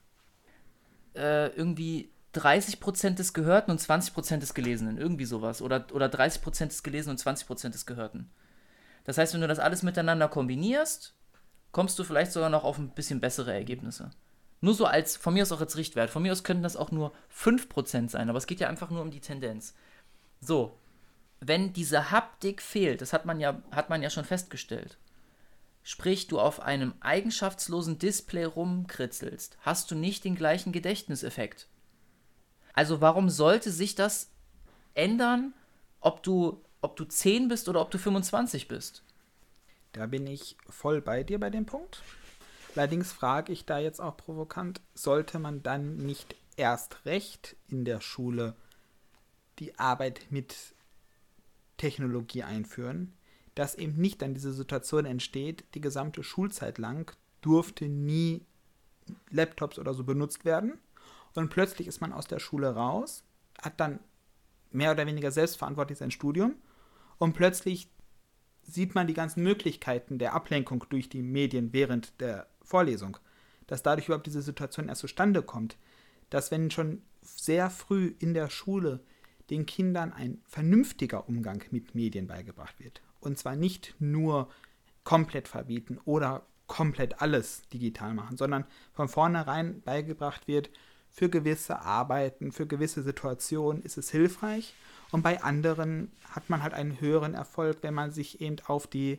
Irgendwie 30% des Gehörten und 20% des Gelesenen, irgendwie sowas. Oder 30% des Gelesenen und 20% des Gehörten. Das heißt, wenn du das alles miteinander kombinierst, kommst du vielleicht sogar noch auf ein bisschen bessere Ergebnisse. Nur so als, von mir aus auch als Richtwert. Von mir aus könnten das auch nur 5% sein, aber es geht ja einfach nur um die Tendenz. So, wenn diese Haptik fehlt, das hat man ja schon festgestellt, sprich du auf einem eigenschaftslosen Display rumkritzelst, hast du nicht den gleichen Gedächtniseffekt. Also warum sollte sich das ändern, ob du 10 bist oder ob du 25 bist? Da bin ich voll bei dir bei dem Punkt. Allerdings frage ich da jetzt auch provokant, sollte man dann nicht erst recht in der Schule die Arbeit mit Technologie einführen, dass eben nicht dann diese Situation entsteht, die gesamte Schulzeit lang durfte nie Laptops oder so benutzt werden und plötzlich ist man aus der Schule raus, hat dann mehr oder weniger selbstverantwortlich sein Studium und plötzlich sieht man die ganzen Möglichkeiten der Ablenkung durch die Medien während der Vorlesung, dass dadurch überhaupt diese Situation erst zustande kommt, dass wenn schon sehr früh in der Schule den Kindern ein vernünftiger Umgang mit Medien beigebracht wird. Und zwar nicht nur komplett verbieten oder komplett alles digital machen, sondern von vornherein beigebracht wird, für gewisse Arbeiten, für gewisse Situationen ist es hilfreich und bei anderen hat man halt einen höheren Erfolg, wenn man sich eben auf die,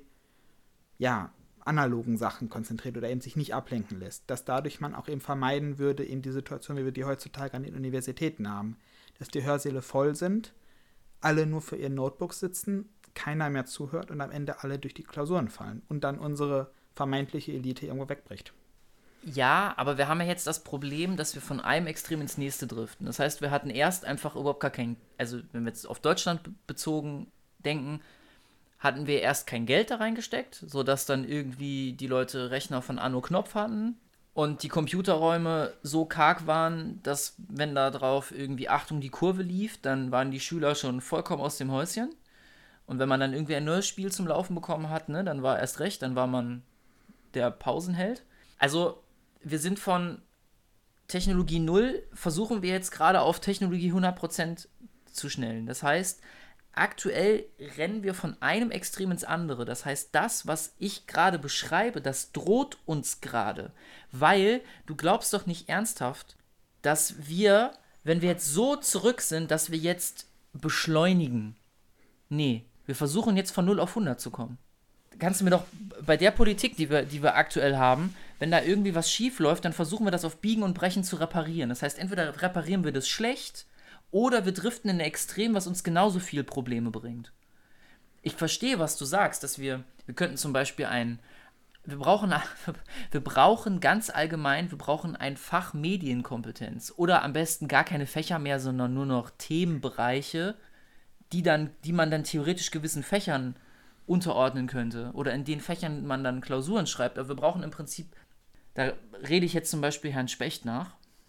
ja, analogen Sachen konzentriert oder eben sich nicht ablenken lässt. Dass dadurch man auch eben vermeiden würde, in die Situation, wie wir die heutzutage an den Universitäten haben, dass die Hörsäle voll sind, alle nur für ihr Notebook sitzen, keiner mehr zuhört und am Ende alle durch die Klausuren fallen und dann unsere vermeintliche Elite irgendwo wegbricht. Ja, aber wir haben ja jetzt das Problem, dass wir von einem Extrem ins nächste driften. Das heißt, wir hatten erst einfach überhaupt gar kein, also wenn wir jetzt auf Deutschland bezogen denken, hatten wir erst kein Geld da reingesteckt, sodass dann irgendwie die Leute Rechner von Anno Knopf hatten und die Computerräume so karg waren, dass wenn da drauf irgendwie Achtung die Kurve lief, dann waren die Schüler schon vollkommen aus dem Häuschen. Und wenn man dann irgendwie ein neues Spiel zum Laufen bekommen hat, ne, dann war erst recht, dann war man der Pausenheld. Also wir sind von Technologie 0, versuchen wir jetzt gerade auf Technologie 100% zu schnellen. Das heißt, aktuell rennen wir von einem Extrem ins andere. Das heißt, das, was ich gerade beschreibe, das droht uns gerade. Weil du glaubst doch nicht ernsthaft, dass wir wenn wir jetzt so zurück sind, dass wir jetzt beschleunigen. Nee, wir versuchen jetzt von 0 auf 100 zu kommen. Kannst du mir doch bei der Politik, die wir aktuell haben, wenn da irgendwie was schief läuft, dann versuchen wir das auf Biegen und Brechen zu reparieren. Das heißt, entweder reparieren wir das schlecht oder wir driften in ein Extrem, was uns genauso viel Probleme bringt. Ich verstehe, was du sagst, dass wir könnten zum Beispiel wir brauchen ganz allgemein, wir brauchen ein Fach Medienkompetenz oder am besten gar keine Fächer mehr, sondern nur noch Themenbereiche, die man dann theoretisch gewissen Fächern unterordnen könnte oder in den Fächern man dann Klausuren schreibt. Aber wir brauchen im Prinzip, da rede ich jetzt zum Beispiel Herrn Specht nach,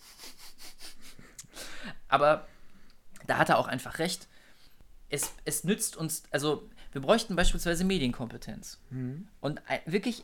aber da hat er auch einfach recht. Es nützt uns, also wir bräuchten beispielsweise Medienkompetenz. Und wirklich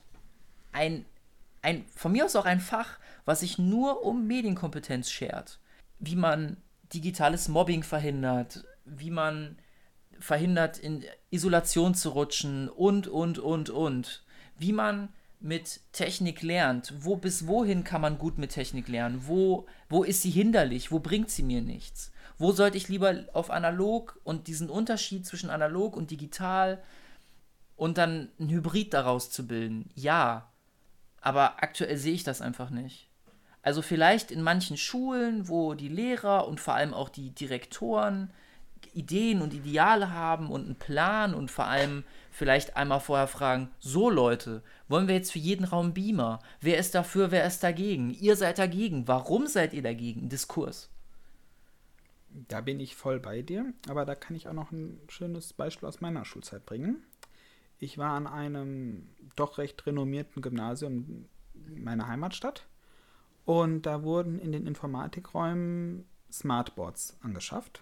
von mir aus auch ein Fach, was sich nur um Medienkompetenz schert. Wie man digitales Mobbing verhindert, wie man verhindert, in Isolation zu rutschen und. Wie man mit Technik lernt. Bis wohin kann man gut mit Technik lernen? Wo ist sie hinderlich? Wo bringt sie mir nichts? Wo sollte ich lieber auf analog und diesen Unterschied zwischen analog und digital und dann ein Hybrid daraus zu bilden? Ja, aber aktuell sehe ich das einfach nicht. Also vielleicht in manchen Schulen, wo die Lehrer und vor allem auch die Direktoren Ideen und Ideale haben und einen Plan und vor allem vielleicht einmal vorher fragen, so Leute, wollen wir jetzt für jeden Raum Beamer? Wer ist dafür, wer ist dagegen? Ihr seid dagegen. Warum seid ihr dagegen? Diskurs. Da bin ich voll bei dir, aber da kann ich auch noch ein schönes Beispiel aus meiner Schulzeit bringen. Ich war an einem doch recht renommierten Gymnasium in meiner Heimatstadt und da wurden in den Informatikräumen Smartboards angeschafft.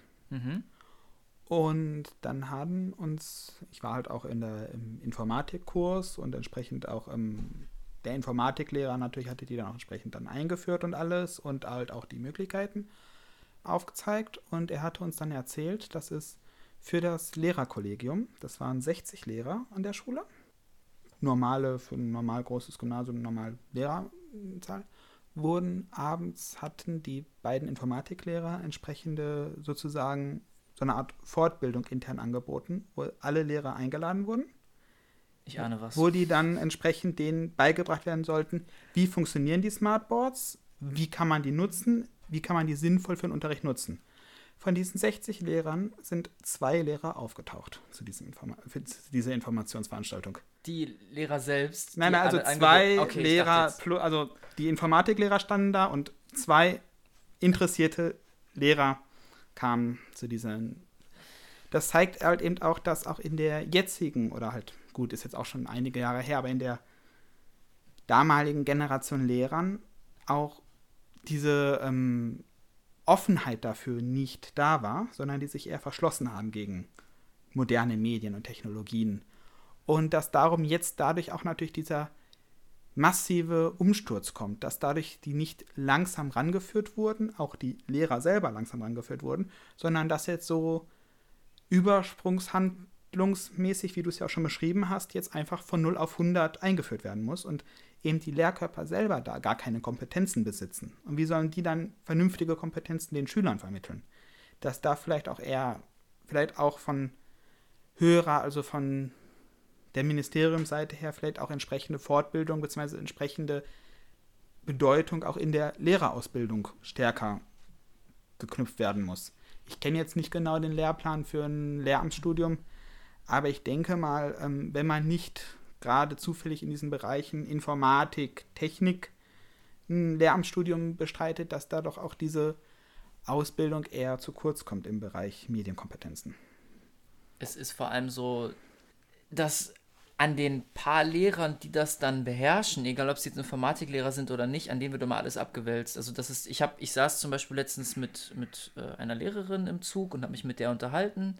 Und dann ich war halt auch im Informatikkurs und entsprechend auch der Informatiklehrer natürlich hatte die dann auch entsprechend dann eingeführt und alles und halt auch die Möglichkeiten aufgezeigt. Und er hatte uns dann erzählt, dass es für das Lehrerkollegium, das waren 60 Lehrer an der Schule, für ein normal großes Gymnasium, normal Lehrerzahl, hatten die beiden Informatiklehrer entsprechende sozusagen so eine Art Fortbildung intern angeboten, wo alle Lehrer eingeladen wurden. Ich ahne was. Wo die dann entsprechend denen beigebracht werden sollten, wie funktionieren die Smartboards, wie kann man die nutzen, wie kann man die sinnvoll für den Unterricht nutzen. Von diesen 60 Lehrern sind 2 Lehrer aufgetaucht für diese Informationsveranstaltung. Die Lehrer selbst? Nein, also 2 Lehrer, also die Informatiklehrer standen da und 2 interessierte Lehrer kamen zu diesen. Das zeigt halt eben auch, dass auch in der jetzigen, oder halt, gut, ist jetzt auch schon einige Jahre her, aber in der damaligen Generation Lehrern auch diese Offenheit dafür nicht da war, sondern die sich eher verschlossen haben gegen moderne Medien und Technologien. Und dass darum jetzt dadurch auch natürlich dieser massive Umsturz kommt, dass dadurch die nicht langsam rangeführt wurden, auch die Lehrer selber langsam rangeführt wurden, sondern dass jetzt so übersprungshandlungsmäßig, wie du es ja auch schon beschrieben hast, jetzt einfach von 0 auf 100 eingeführt werden muss und eben die Lehrkörper selber da gar keine Kompetenzen besitzen. Und wie sollen die dann vernünftige Kompetenzen den Schülern vermitteln? Dass da vielleicht auch von höherer, also von der Ministeriumsseite her vielleicht auch entsprechende Fortbildung bzw. entsprechende Bedeutung auch in der Lehrerausbildung stärker geknüpft werden muss. Ich kenne jetzt nicht genau den Lehrplan für ein Lehramtsstudium, aber ich denke mal, wenn man nicht gerade zufällig in diesen Bereichen Informatik, Technik ein Lehramtsstudium bestreitet, dass da doch auch diese Ausbildung eher zu kurz kommt im Bereich Medienkompetenzen. Es ist vor allem so, dass an den paar Lehrern, die das dann beherrschen, egal ob sie jetzt Informatiklehrer sind oder nicht, an denen wird immer alles abgewälzt. Also das ist, ich saß zum Beispiel letztens mit einer Lehrerin im Zug und habe mich mit der unterhalten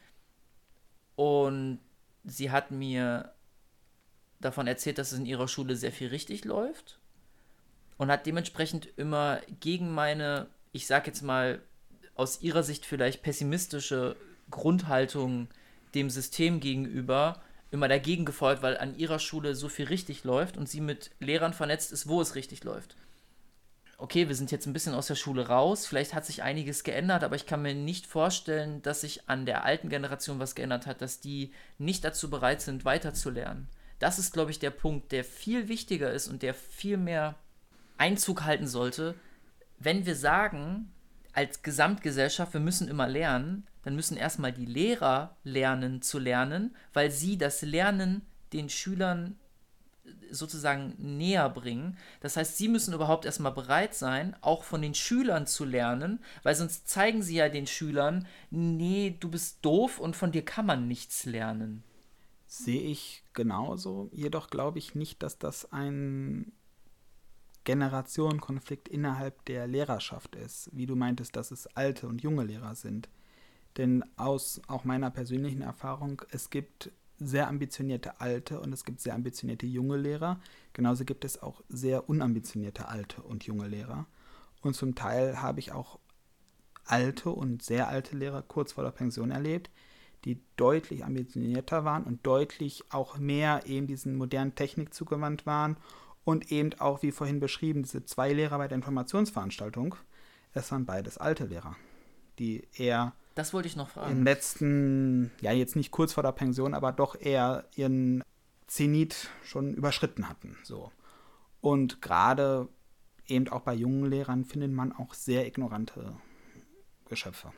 und sie hat mir davon erzählt, dass es in ihrer Schule sehr viel richtig läuft und hat dementsprechend immer gegen meine, ich sag jetzt mal, aus ihrer Sicht vielleicht pessimistische Grundhaltung dem System gegenüber immer dagegen gefeuert, weil an ihrer Schule so viel richtig läuft und sie mit Lehrern vernetzt ist, wo es richtig läuft. okay, wir sind jetzt ein bisschen aus der Schule raus, vielleicht hat sich einiges geändert, aber ich kann mir nicht vorstellen, dass sich an der alten Generation was geändert hat, dass die nicht dazu bereit sind, weiterzulernen. Das ist, glaube ich, der Punkt, der viel wichtiger ist und der viel mehr Einzug halten sollte. Wenn wir sagen, als Gesamtgesellschaft, wir müssen immer lernen, dann müssen erstmal die Lehrer lernen zu lernen, weil sie das Lernen den Schülern sozusagen näher bringen. Das heißt, sie müssen überhaupt erstmal bereit sein, auch von den Schülern zu lernen, weil sonst zeigen sie ja den Schülern, nee, du bist doof und von dir kann man nichts lernen. Sehe ich genauso. Jedoch glaube ich nicht, dass das ein Generationenkonflikt innerhalb der Lehrerschaft ist. Wie du meintest, dass es alte und junge Lehrer sind. Denn aus auch meiner persönlichen Erfahrung, es gibt sehr ambitionierte alte und es gibt sehr ambitionierte junge Lehrer. Genauso gibt es auch sehr unambitionierte alte und junge Lehrer. Und zum Teil habe ich auch alte und sehr alte Lehrer kurz vor der Pension erlebt, die deutlich ambitionierter waren und deutlich auch mehr eben diesen modernen Technik zugewandt waren und eben auch, wie vorhin beschrieben, diese 2 Lehrer bei der Informationsveranstaltung, es waren beides alte Lehrer, die eher Das wollte ich noch fragen. im letzten, ja jetzt nicht kurz vor der Pension, aber doch eher ihren Zenit schon überschritten hatten. So. Und gerade eben auch bei jungen Lehrern findet man auch sehr ignorante Geschöpfe.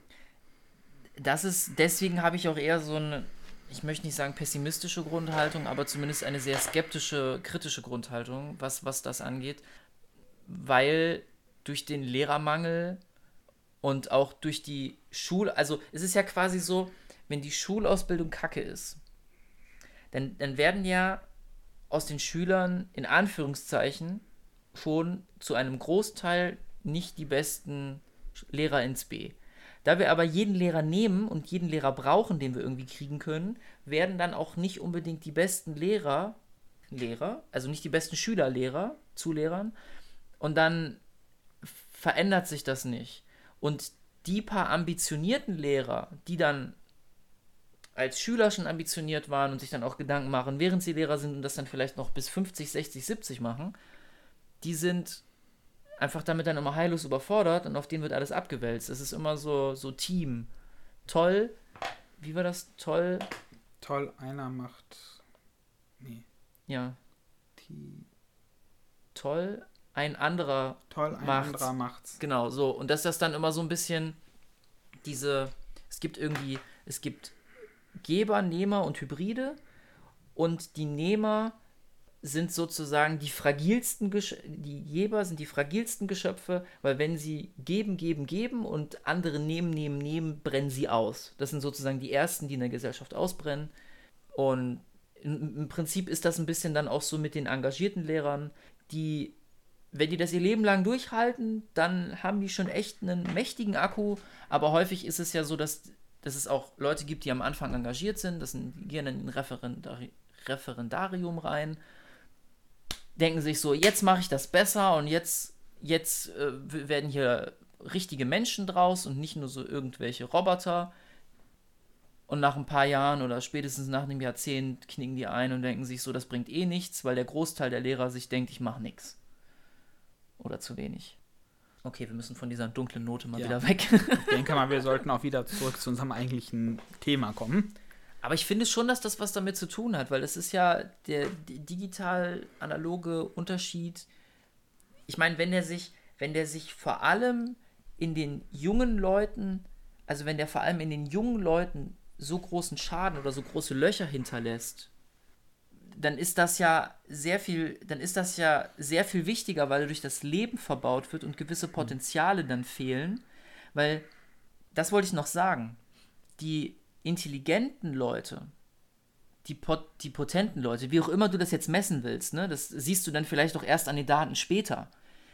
Deswegen habe ich auch eher so eine, ich möchte nicht sagen pessimistische Grundhaltung, aber zumindest eine sehr skeptische, kritische Grundhaltung, was das angeht, weil durch den Lehrermangel und auch durch die also es ist ja quasi so, wenn die Schulausbildung kacke ist, dann werden ja aus den Schülern in Anführungszeichen schon zu einem Großteil nicht die besten Lehrer ins B. Da wir aber jeden Lehrer nehmen und jeden Lehrer brauchen, den wir irgendwie kriegen können, werden dann auch nicht unbedingt die besten Lehrer, also nicht die besten Schüler zu Lehrern, und dann verändert sich das nicht. Und die paar ambitionierten Lehrer, die dann als Schüler schon ambitioniert waren und sich dann auch Gedanken machen, während sie Lehrer sind und das dann vielleicht noch bis 50, 60, 70 machen, die sind einfach damit dann immer heillos überfordert und auf denen wird alles abgewälzt. Es ist immer so Team. Toll. Wie war das? Toll. Toll, einer macht. Nee. Ja. Toll, ein anderer macht's. Genau, so. Und dass das dann immer so ein bisschen es gibt Geber, Nehmer und Hybride und die Nehmer sind sozusagen die fragilsten die Geber sind die fragilsten Geschöpfe, weil wenn sie geben und andere nehmen, brennen sie aus. Das sind sozusagen die Ersten, die in der Gesellschaft ausbrennen. Und im Prinzip ist das ein bisschen dann auch so mit den engagierten Lehrern, die, wenn die das ihr Leben lang durchhalten, dann haben die schon echt einen mächtigen Akku, aber häufig ist es ja so, dass es auch Leute gibt, die am Anfang engagiert sind, die gehen in ein Referendarium rein, denken sich so, jetzt mache ich das besser und jetzt werden hier richtige Menschen draus und nicht nur so irgendwelche Roboter. Und nach ein paar Jahren oder spätestens nach einem Jahrzehnt knicken die ein und denken sich so, das bringt eh nichts, weil der Großteil der Lehrer sich denkt, ich mache nichts. Oder zu wenig. Okay, wir müssen von dieser dunklen Note mal wieder weg. Ich denke mal, wir sollten auch wieder zurück zu unserem eigentlichen Thema kommen. Aber ich finde schon, dass das was damit zu tun hat, weil das ist ja der digital-analoge Unterschied. Ich meine, wenn der sich vor allem in den jungen Leuten, also wenn der vor allem in den jungen Leuten so großen Schaden oder so große Löcher hinterlässt, dann ist das ja sehr viel wichtiger, weil durch das Leben verbaut wird und gewisse Potenziale dann fehlen, weil, das wollte ich noch sagen, die intelligenten Leute, die potenten Leute, wie auch immer du das jetzt messen willst, ne, das siehst du dann vielleicht auch erst an den Daten später,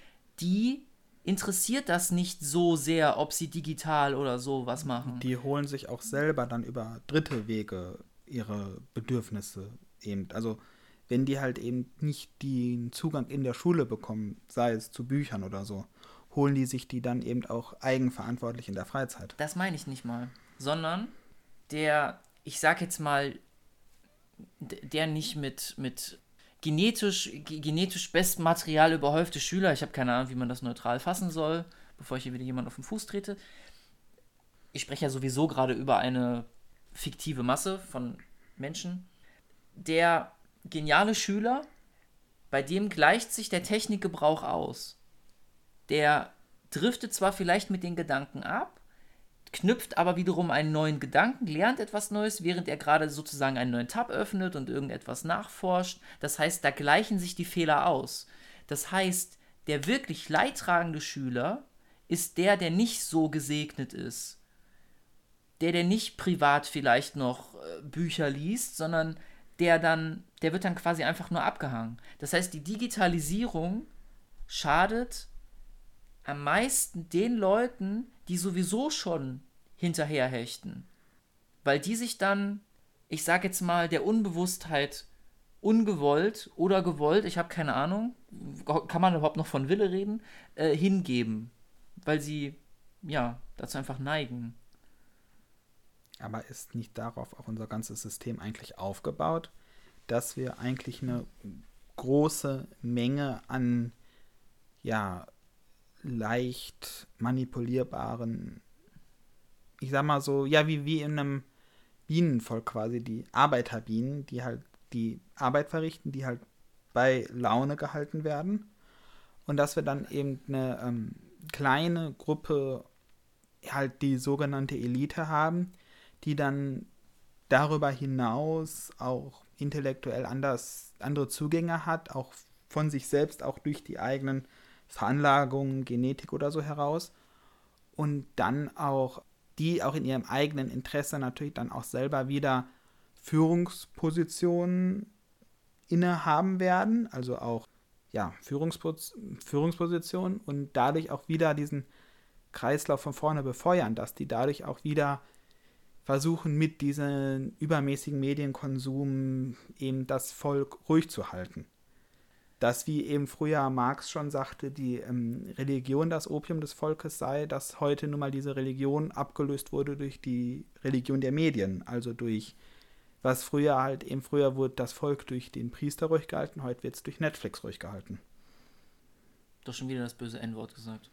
die interessiert das nicht so sehr, ob sie digital oder so was machen. Die holen sich auch selber dann über dritte Wege ihre Bedürfnisse eben. Also wenn die halt eben nicht den Zugang in der Schule bekommen, sei es zu Büchern oder so, holen die sich die dann eben auch eigenverantwortlich in der Freizeit. Das meine ich nicht mal, sondern ich sag jetzt mal, der nicht mit genetisch bestmaterial überhäufte Schüler, ich habe keine Ahnung, wie man das neutral fassen soll, bevor ich hier wieder jemand auf den Fuß trete. Ich spreche ja sowieso gerade über eine fiktive Masse von Menschen. Der geniale Schüler, bei dem gleicht sich der Technikgebrauch aus. Der driftet zwar vielleicht mit den Gedanken ab, knüpft aber wiederum einen neuen Gedanken, lernt etwas Neues, während er gerade sozusagen einen neuen Tab öffnet und irgendetwas nachforscht. Das heißt, da gleichen sich die Fehler aus. Das heißt, der wirklich leidtragende Schüler ist der nicht so gesegnet ist. Der nicht privat vielleicht noch Bücher liest, sondern der wird dann quasi einfach nur abgehangen. Das heißt, die Digitalisierung schadet am meisten den Leuten, die sowieso schon hinterherhechten. Weil die sich dann, ich sag jetzt mal, der Unbewusstheit ungewollt oder gewollt, ich habe keine Ahnung, kann man überhaupt noch von Wille reden, hingeben. Weil sie, ja, dazu einfach neigen. Aber ist nicht darauf auch unser ganzes System eigentlich aufgebaut, dass wir eigentlich eine große Menge an, ja, leicht manipulierbaren, ich sag mal so, ja, wie in einem Bienenvolk quasi, die Arbeiterbienen, die halt die Arbeit verrichten, die halt bei Laune gehalten werden. Und dass wir dann eben eine kleine Gruppe, halt die sogenannte Elite haben, die dann darüber hinaus auch intellektuell andere Zugänge hat, auch von sich selbst, auch durch die eigenen Veranlagungen, Genetik oder so heraus. Und dann auch, die auch in ihrem eigenen Interesse natürlich dann auch selber wieder Führungspositionen innehaben werden, also auch ja, Führungspositionen und dadurch auch wieder diesen Kreislauf von vorne befeuern, dass die dadurch auch wieder versuchen, mit diesem übermäßigen Medienkonsum eben das Volk ruhig zu halten. Dass, wie eben früher Marx schon sagte, die Religion das Opium des Volkes sei, dass heute nun mal diese Religion abgelöst wurde durch die Religion der Medien, also durch was früher halt eben, früher wurde das Volk durch den Priester ruhig gehalten, heute wird es durch Netflix ruhig gehalten. Doch schon wieder das böse N-Wort gesagt.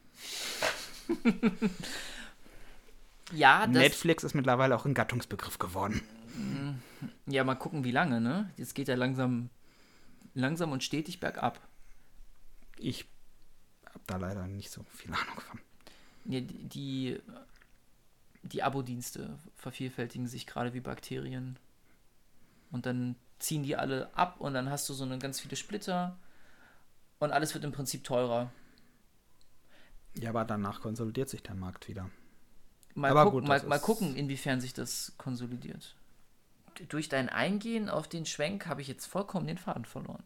Ja, Netflix ist mittlerweile auch ein Gattungsbegriff geworden. Ja, mal gucken, wie lange, ne? Jetzt geht ja langsam und stetig bergab. Ich habe da leider nicht so viel Ahnung von. Ja, die Abo-Dienste vervielfältigen sich gerade wie Bakterien. Und dann ziehen die alle ab und dann hast du so eine ganz viele Splitter und alles wird im Prinzip teurer. Ja, aber danach konsolidiert sich der Markt wieder. Mal gucken, inwiefern sich das konsolidiert. Durch dein Eingehen auf den Schwenk habe ich jetzt vollkommen den Faden verloren.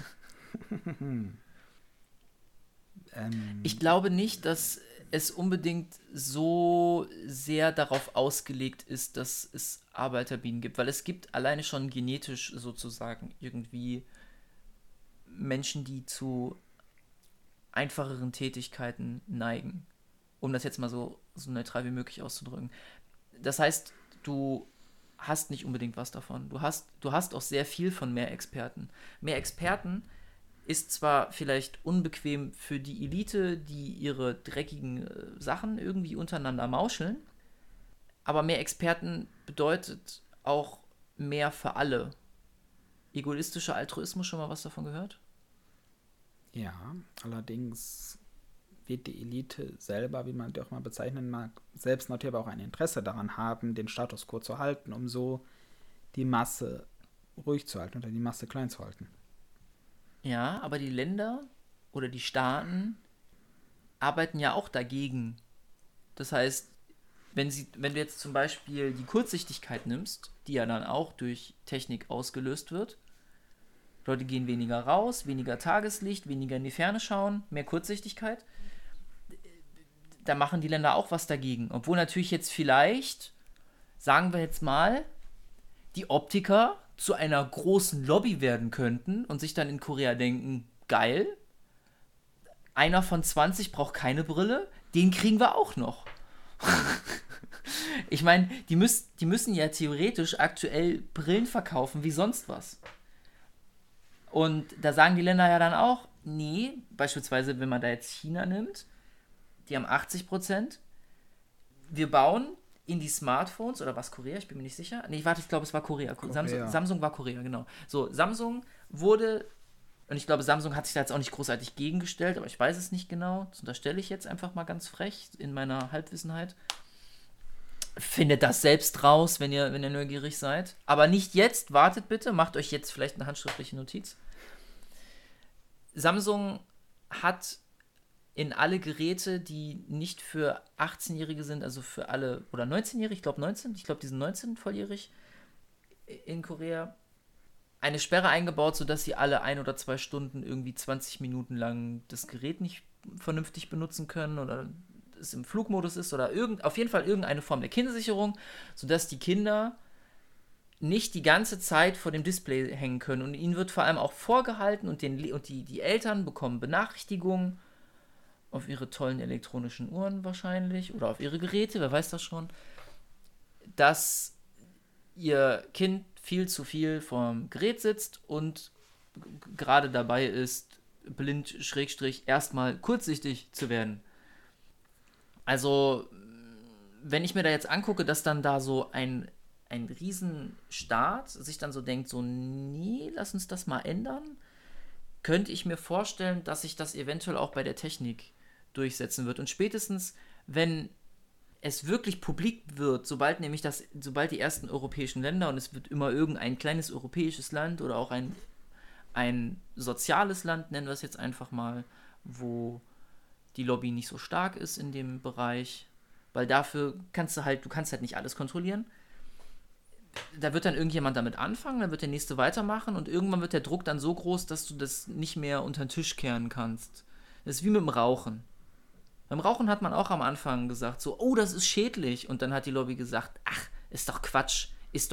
Ich glaube nicht, dass es unbedingt so sehr darauf ausgelegt ist, dass es Arbeiterbienen gibt, weil es gibt alleine schon genetisch sozusagen irgendwie Menschen, die zu einfacheren Tätigkeiten neigen, um das jetzt mal so neutral wie möglich auszudrücken. Das heißt, du hast nicht unbedingt was davon. Du hast auch sehr viel von mehr Experten. Mehr Experten ist zwar vielleicht unbequem für die Elite, die ihre dreckigen Sachen irgendwie untereinander mauscheln, aber mehr Experten bedeutet auch mehr für alle. Egoistischer Altruismus, schon mal was davon gehört? Ja, allerdings wird die Elite selber, wie man die auch mal bezeichnen mag, selbst natürlich aber auch ein Interesse daran haben, den Status quo zu halten, um so die Masse ruhig zu halten oder die Masse klein zu halten. Ja, aber die Länder oder die Staaten arbeiten ja auch dagegen. Das heißt, wenn du jetzt zum Beispiel die Kurzsichtigkeit nimmst, die ja dann auch durch Technik ausgelöst wird, Leute gehen weniger raus, weniger Tageslicht, weniger in die Ferne schauen, mehr Kurzsichtigkeit, da machen die Länder auch was dagegen. Obwohl natürlich jetzt vielleicht, sagen wir jetzt mal, die Optiker zu einer großen Lobby werden könnten und sich dann in Korea denken, geil, einer von 20 braucht keine Brille, den kriegen wir auch noch. Ich meine, die müssen ja theoretisch aktuell Brillen verkaufen wie sonst was. Und da sagen die Länder ja dann auch, nee, beispielsweise, wenn man da jetzt China nimmt, die haben 80%. Wir bauen in die Smartphones, oder was, Korea? Ich bin mir nicht sicher. Nee, warte, ich glaube, es war Korea. Samsung war Korea, genau. So, Samsung wurde, und ich glaube, Samsung hat sich da jetzt auch nicht großartig gegengestellt, aber ich weiß es nicht genau. Das unterstelle ich jetzt einfach mal ganz frech in meiner Halbwissenheit. Findet das selbst raus, wenn ihr neugierig seid. Aber nicht jetzt, wartet bitte, macht euch jetzt vielleicht eine handschriftliche Notiz. Samsung hat in alle Geräte, die nicht für 18-Jährige sind, also für alle, oder 19-Jährige, ich glaube 19, die sind 19 volljährig in Korea, eine Sperre eingebaut, sodass sie alle 1 oder 2 Stunden irgendwie 20 Minuten lang das Gerät nicht vernünftig benutzen können oder es im Flugmodus ist oder auf jeden Fall irgendeine Form der Kindersicherung, sodass die Kinder nicht die ganze Zeit vor dem Display hängen können. Und ihnen wird vor allem auch vorgehalten und die Eltern bekommen Benachrichtigungen auf ihre tollen elektronischen Uhren wahrscheinlich oder auf ihre Geräte, wer weiß das schon, dass ihr Kind viel zu viel vorm Gerät sitzt und gerade dabei ist, blind / erstmal kurzsichtig zu werden. Also, wenn ich mir da jetzt angucke, dass dann da so ein Riesenstaat sich dann so denkt, so, nee, lass uns das mal ändern, könnte ich mir vorstellen, dass sich das eventuell auch bei der Technik durchsetzen wird. Und spätestens, wenn es wirklich publik wird, sobald die ersten europäischen Länder, und es wird immer irgendein kleines europäisches Land oder auch ein soziales Land, nennen wir es jetzt einfach mal, wo die Lobby nicht so stark ist in dem Bereich, weil dafür kannst du nicht alles kontrollieren. Da wird dann irgendjemand damit anfangen, dann wird der nächste weitermachen und irgendwann wird der Druck dann so groß, dass du das nicht mehr unter den Tisch kehren kannst. Das ist wie mit dem Rauchen. Beim Rauchen hat man auch am Anfang gesagt, so, oh, das ist schädlich. Und dann hat die Lobby gesagt, ach, ist doch Quatsch.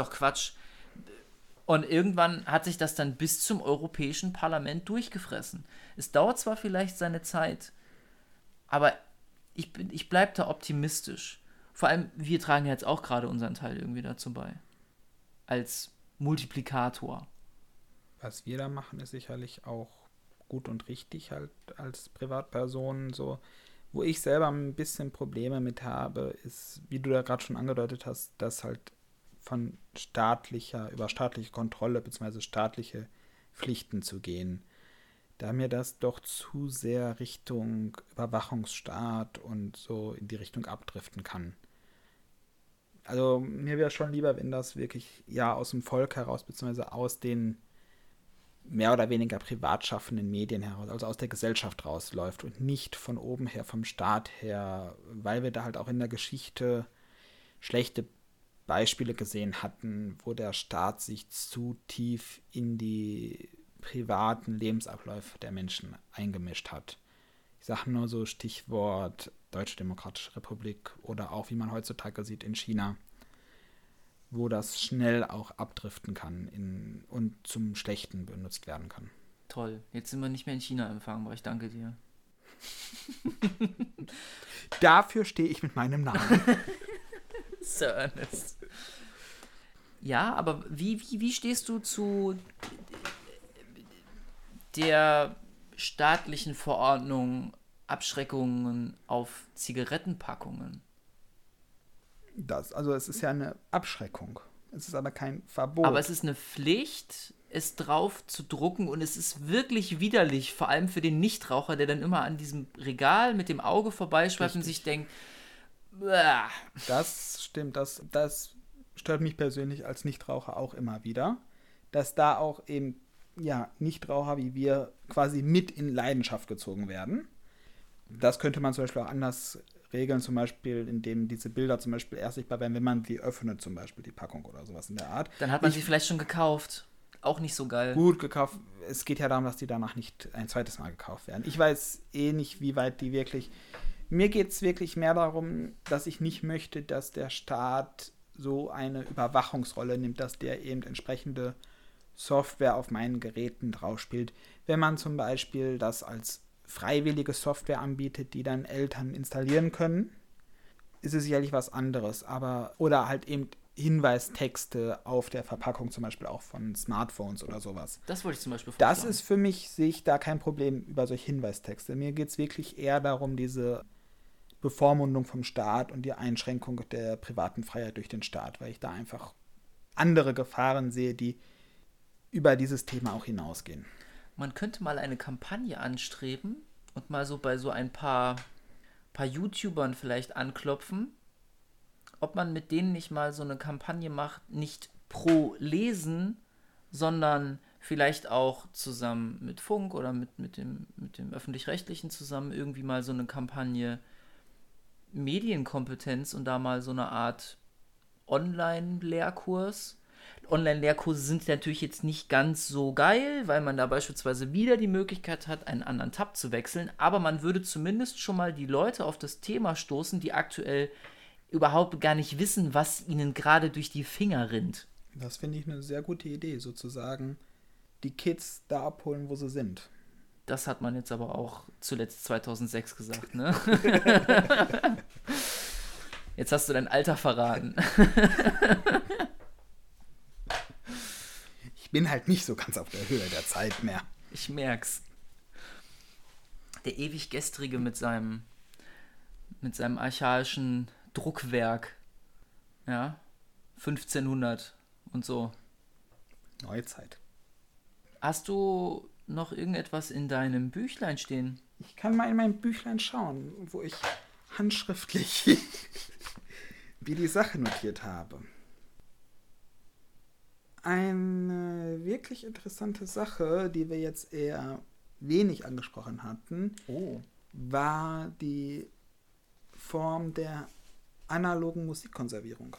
Und irgendwann hat sich das dann bis zum Europäischen Parlament durchgefressen. Es dauert zwar vielleicht seine Zeit, aber ich bleibe da optimistisch. Vor allem, wir tragen ja jetzt auch gerade unseren Teil irgendwie dazu bei. Als Multiplikator. Was wir da machen, ist sicherlich auch gut und richtig halt als Privatperson so. Wo ich selber ein bisschen Probleme mit habe, ist, wie du da gerade schon angedeutet hast, dass halt über staatliche Kontrolle bzw. staatliche Pflichten zu gehen. Da mir das doch zu sehr Richtung Überwachungsstaat und so in die Richtung abdriften kann. Also mir wäre schon lieber, wenn das wirklich aus dem Volk heraus, beziehungsweise aus den mehr oder weniger privat schaffenden Medien heraus, also aus der Gesellschaft rausläuft und nicht von oben her, vom Staat her, weil wir da halt auch in der Geschichte schlechte Beispiele gesehen hatten, wo der Staat sich zu tief in die privaten Lebensabläufe der Menschen eingemischt hat. Ich sage nur so Stichwort Deutsche Demokratische Republik oder auch, wie man heutzutage sieht, in China, wo das schnell auch abdriften kann und zum Schlechten benutzt werden kann. Toll, jetzt sind wir nicht mehr in China empfangbar, ich danke dir. Dafür stehe ich mit meinem Namen. Sir Ernest. Ja, aber wie stehst du zu der staatlichen Verordnung Abschreckungen auf Zigarettenpackungen? Es ist ja eine Abschreckung. Es ist aber kein Verbot. Aber es ist eine Pflicht, es drauf zu drucken und es ist wirklich widerlich, vor allem für den Nichtraucher, der dann immer an diesem Regal mit dem Auge vorbeischweift und sich denkt, Bäh. Das stimmt, das stört mich persönlich als Nichtraucher auch immer wieder, dass da auch eben Nichtraucher wie wir quasi mit in Leidenschaft gezogen werden. Das könnte man zum Beispiel auch anders regeln, zum Beispiel, indem diese Bilder zum Beispiel erst sichtbar werden, wenn man sie öffnet, zum Beispiel die Packung oder sowas in der Art. Dann hat man sie vielleicht schon gekauft. Auch nicht so geil. Gut gekauft. Es geht ja darum, dass die danach nicht ein zweites Mal gekauft werden. Ich weiß nicht, wie weit die wirklich... Mir geht es wirklich mehr darum, dass ich nicht möchte, dass der Staat so eine Überwachungsrolle nimmt, dass der eben entsprechende Software auf meinen Geräten drauf spielt. Wenn man zum Beispiel das als freiwillige Software anbietet, die dann Eltern installieren können, ist es sicherlich was anderes. Oder halt eben Hinweistexte auf der Verpackung, zum Beispiel auch von Smartphones oder sowas. Das wollte ich zum Beispiel Das vorschlagen. ist für mich, sehe ich da kein Problem über solche Hinweistexte. Mir geht es wirklich eher darum, diese Bevormundung vom Staat und die Einschränkung der privaten Freiheit durch den Staat, weil ich da einfach andere Gefahren sehe, die über dieses Thema auch hinausgehen. Man könnte mal eine Kampagne anstreben und mal so bei so ein paar YouTubern vielleicht anklopfen, ob man mit denen nicht mal so eine Kampagne macht, nicht pro Lesen, sondern vielleicht auch zusammen mit Funk oder mit dem Öffentlich-Rechtlichen zusammen irgendwie mal so eine Kampagne Medienkompetenz und da mal so eine Art Online-Lehrkurs. Online-Lehrkurse sind natürlich jetzt nicht ganz so geil, weil man da beispielsweise wieder die Möglichkeit hat, einen anderen Tab zu wechseln, aber man würde zumindest schon mal die Leute auf das Thema stoßen, die aktuell überhaupt gar nicht wissen, was ihnen gerade durch die Finger rinnt. Das finde ich eine sehr gute Idee, sozusagen die Kids da abholen, wo sie sind. Das hat man jetzt aber auch zuletzt 2006 gesagt, ne? Jetzt hast du dein Alter verraten. Ich bin halt nicht so ganz auf der Höhe der Zeit mehr. Ich merk's. Der ewig Gestrige mit seinem archaischen Druckwerk. Ja, 1500 und so. Neuzeit. Hast du noch irgendetwas in deinem Büchlein stehen? Ich kann mal in mein Büchlein schauen, wo ich handschriftlich wie die Sache notiert habe. Eine wirklich interessante Sache, die wir jetzt eher wenig angesprochen hatten, war die Form der analogen Musikkonservierung.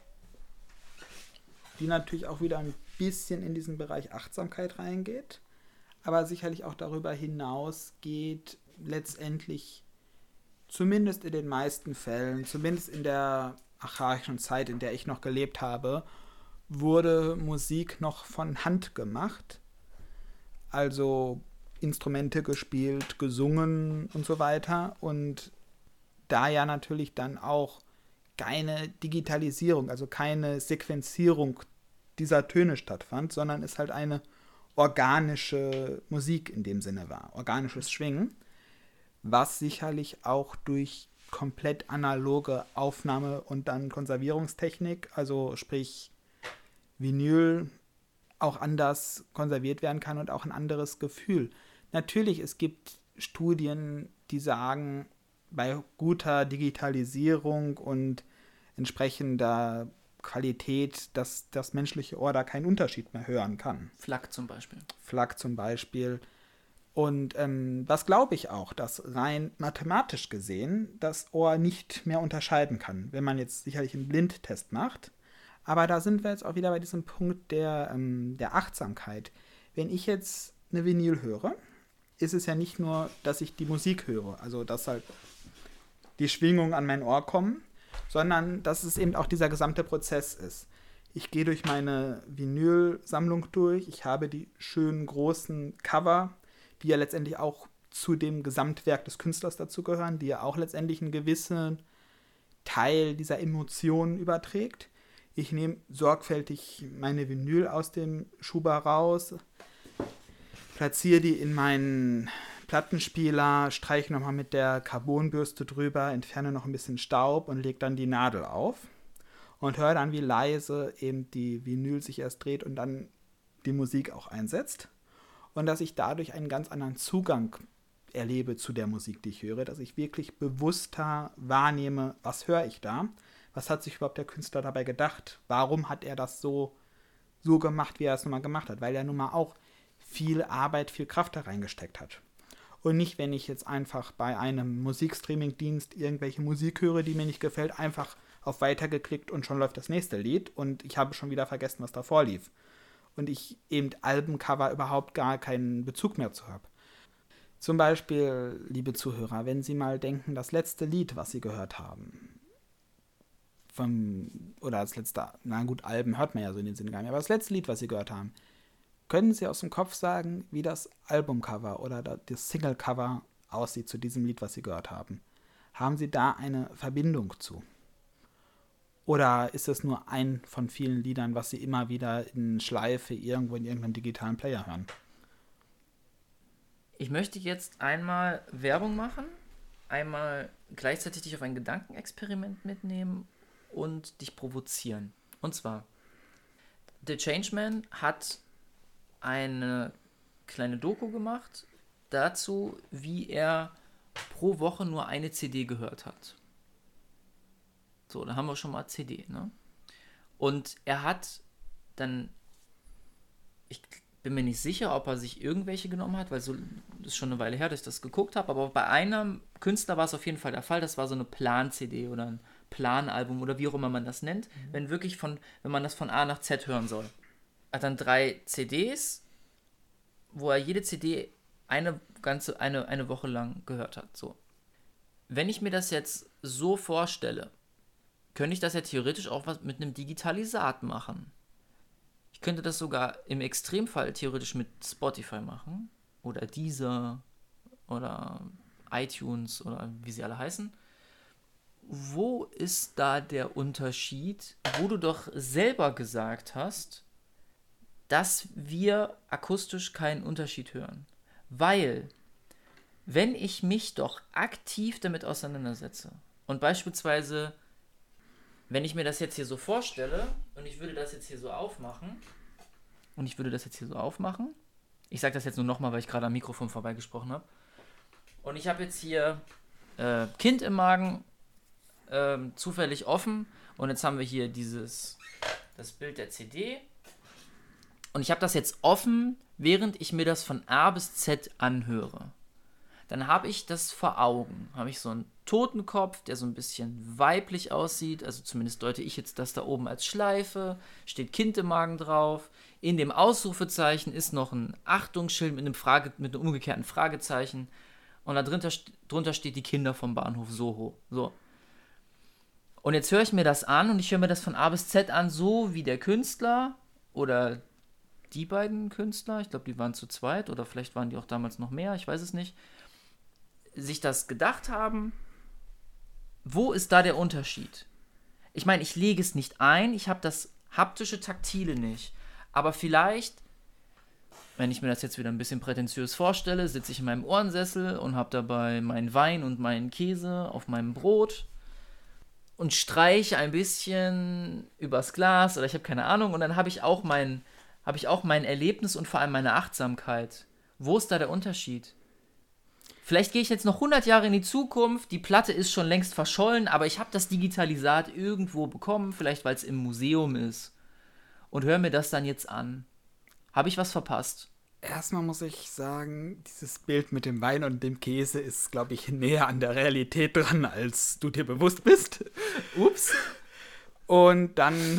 Die natürlich auch wieder ein bisschen in diesen Bereich Achtsamkeit reingeht, aber sicherlich auch darüber hinaus geht, letztendlich zumindest in den meisten Fällen, zumindest in der archaischen Zeit, in der ich noch gelebt habe, wurde Musik noch von Hand gemacht. Also Instrumente gespielt, gesungen und so weiter. Und da ja natürlich dann auch keine Digitalisierung, also keine Sequenzierung dieser Töne stattfand, sondern es halt eine organische Musik in dem Sinne war, organisches Schwingen, was sicherlich auch durch komplett analoge Aufnahme und dann Konservierungstechnik, also sprich Vinyl, auch anders konserviert werden kann und auch ein anderes Gefühl. Natürlich, es gibt Studien, die sagen, bei guter Digitalisierung und entsprechender Qualität, dass das menschliche Ohr da keinen Unterschied mehr hören kann. FLAC zum Beispiel. FLAC zum Beispiel. Und das glaube ich auch, dass rein mathematisch gesehen das Ohr nicht mehr unterscheiden kann, wenn man jetzt sicherlich einen Blindtest macht. Aber da sind wir jetzt auch wieder bei diesem Punkt der Achtsamkeit. Wenn ich jetzt eine Vinyl höre, ist es ja nicht nur, dass ich die Musik höre, also dass halt die Schwingungen an mein Ohr kommen, sondern dass es eben auch dieser gesamte Prozess ist. Ich gehe durch meine Vinyl-Sammlung durch, ich habe die schönen großen Cover, die ja letztendlich auch zu dem Gesamtwerk des Künstlers dazugehören, die ja auch letztendlich einen gewissen Teil dieser Emotionen überträgt. Ich nehme sorgfältig meine Vinyl aus dem Schuber raus, platziere die in meinen Plattenspieler, streiche nochmal mit der Carbonbürste drüber, entferne noch ein bisschen Staub und lege dann die Nadel auf und höre dann, wie leise eben die Vinyl sich erst dreht und dann die Musik auch einsetzt. Und dass ich dadurch einen ganz anderen Zugang erlebe zu der Musik, die ich höre, dass ich wirklich bewusster wahrnehme, was höre ich da, was hat sich überhaupt der Künstler dabei gedacht, warum hat er das so gemacht, wie er es nun mal gemacht hat, weil er nun mal auch viel Arbeit, viel Kraft da reingesteckt hat. Und nicht, wenn ich jetzt einfach bei einem Musikstreaming-Dienst irgendwelche Musik höre, die mir nicht gefällt, einfach auf Weiter geklickt und schon läuft das nächste Lied und ich habe schon wieder vergessen, was davor lief. Und ich eben Albencover überhaupt gar keinen Bezug mehr zu habe. Zum Beispiel, liebe Zuhörer, wenn Sie mal denken, das letzte Lied, was Sie gehört haben, oder das letzte, na gut, Alben hört man ja so in den Sinn gar nicht, aber das letzte Lied, was Sie gehört haben, können Sie aus dem Kopf sagen, wie das Albumcover oder das Singlecover aussieht zu diesem Lied, was Sie gehört haben? Haben Sie da eine Verbindung zu? Oder ist es nur ein von vielen Liedern, was sie immer wieder in Schleife irgendwo in irgendeinem digitalen Player hören? Ich möchte jetzt einmal Werbung machen, einmal gleichzeitig dich auf ein Gedankenexperiment mitnehmen und dich provozieren. Und zwar, The Changeman hat eine kleine Doku gemacht dazu, wie er pro Woche nur eine CD gehört hat. So, da haben wir schon mal CD, ne? Und er hat dann, ich bin mir nicht sicher, ob er sich irgendwelche genommen hat, weil das ist schon eine Weile her, dass ich das geguckt habe, aber bei einem Künstler war es auf jeden Fall der Fall, das war so eine Plan-CD oder ein Planalbum oder wie auch immer man das nennt, wenn man das von A nach Z hören soll. Er hat dann 3 CDs, wo er jede CD eine Woche lang gehört hat. So. Wenn ich mir das jetzt so vorstelle, könnte ich das ja theoretisch auch was mit einem Digitalisat machen. Ich könnte das sogar im Extremfall theoretisch mit Spotify machen oder Deezer oder iTunes oder wie sie alle heißen. Wo ist da der Unterschied, wo du doch selber gesagt hast, dass wir akustisch keinen Unterschied hören? Weil, wenn ich mich doch aktiv damit auseinandersetze und beispielsweise, wenn ich mir das jetzt hier so vorstelle und ich würde das jetzt hier so aufmachen, ich sage das jetzt nur nochmal, weil ich gerade am Mikrofon vorbeigesprochen habe, und ich habe jetzt hier Kind im Magen zufällig offen und jetzt haben wir hier das Bild der CD und ich habe das jetzt offen, während ich mir das von A bis Z anhöre. Dann habe ich das vor Augen. Habe ich so einen Totenkopf, der so ein bisschen weiblich aussieht. Also zumindest deute ich jetzt das da oben als Schleife. Steht Kind im Magen drauf. In dem Ausrufezeichen ist noch ein Achtungsschild mit einem umgekehrten Fragezeichen. Und drunter steht die Kinder vom Bahnhof Soho. So. Und jetzt höre ich mir das an und ich höre mir das von A bis Z an, so wie der Künstler oder die beiden Künstler, ich glaube, die waren zu zweit oder vielleicht waren die auch damals noch mehr, ich weiß es nicht, sich das gedacht haben. Wo ist da der Unterschied? Ich meine, ich lege es nicht ein, ich habe das haptische, taktile nicht. Aber vielleicht, wenn ich mir das jetzt wieder ein bisschen prätentiös vorstelle, sitze ich in meinem Ohrensessel und habe dabei meinen Wein und meinen Käse auf meinem Brot und streiche ein bisschen übers Glas oder ich habe keine Ahnung und dann habe ich auch mein Erlebnis und vor allem meine Achtsamkeit. Wo ist da der Unterschied? Vielleicht gehe ich jetzt noch 100 Jahre in die Zukunft, die Platte ist schon längst verschollen, aber ich habe das Digitalisat irgendwo bekommen, vielleicht weil es im Museum ist. Und höre mir das dann jetzt an. Habe ich was verpasst? Erstmal muss ich sagen, dieses Bild mit dem Wein und dem Käse ist, glaube ich, näher an der Realität dran, als du dir bewusst bist. Ups. Und dann,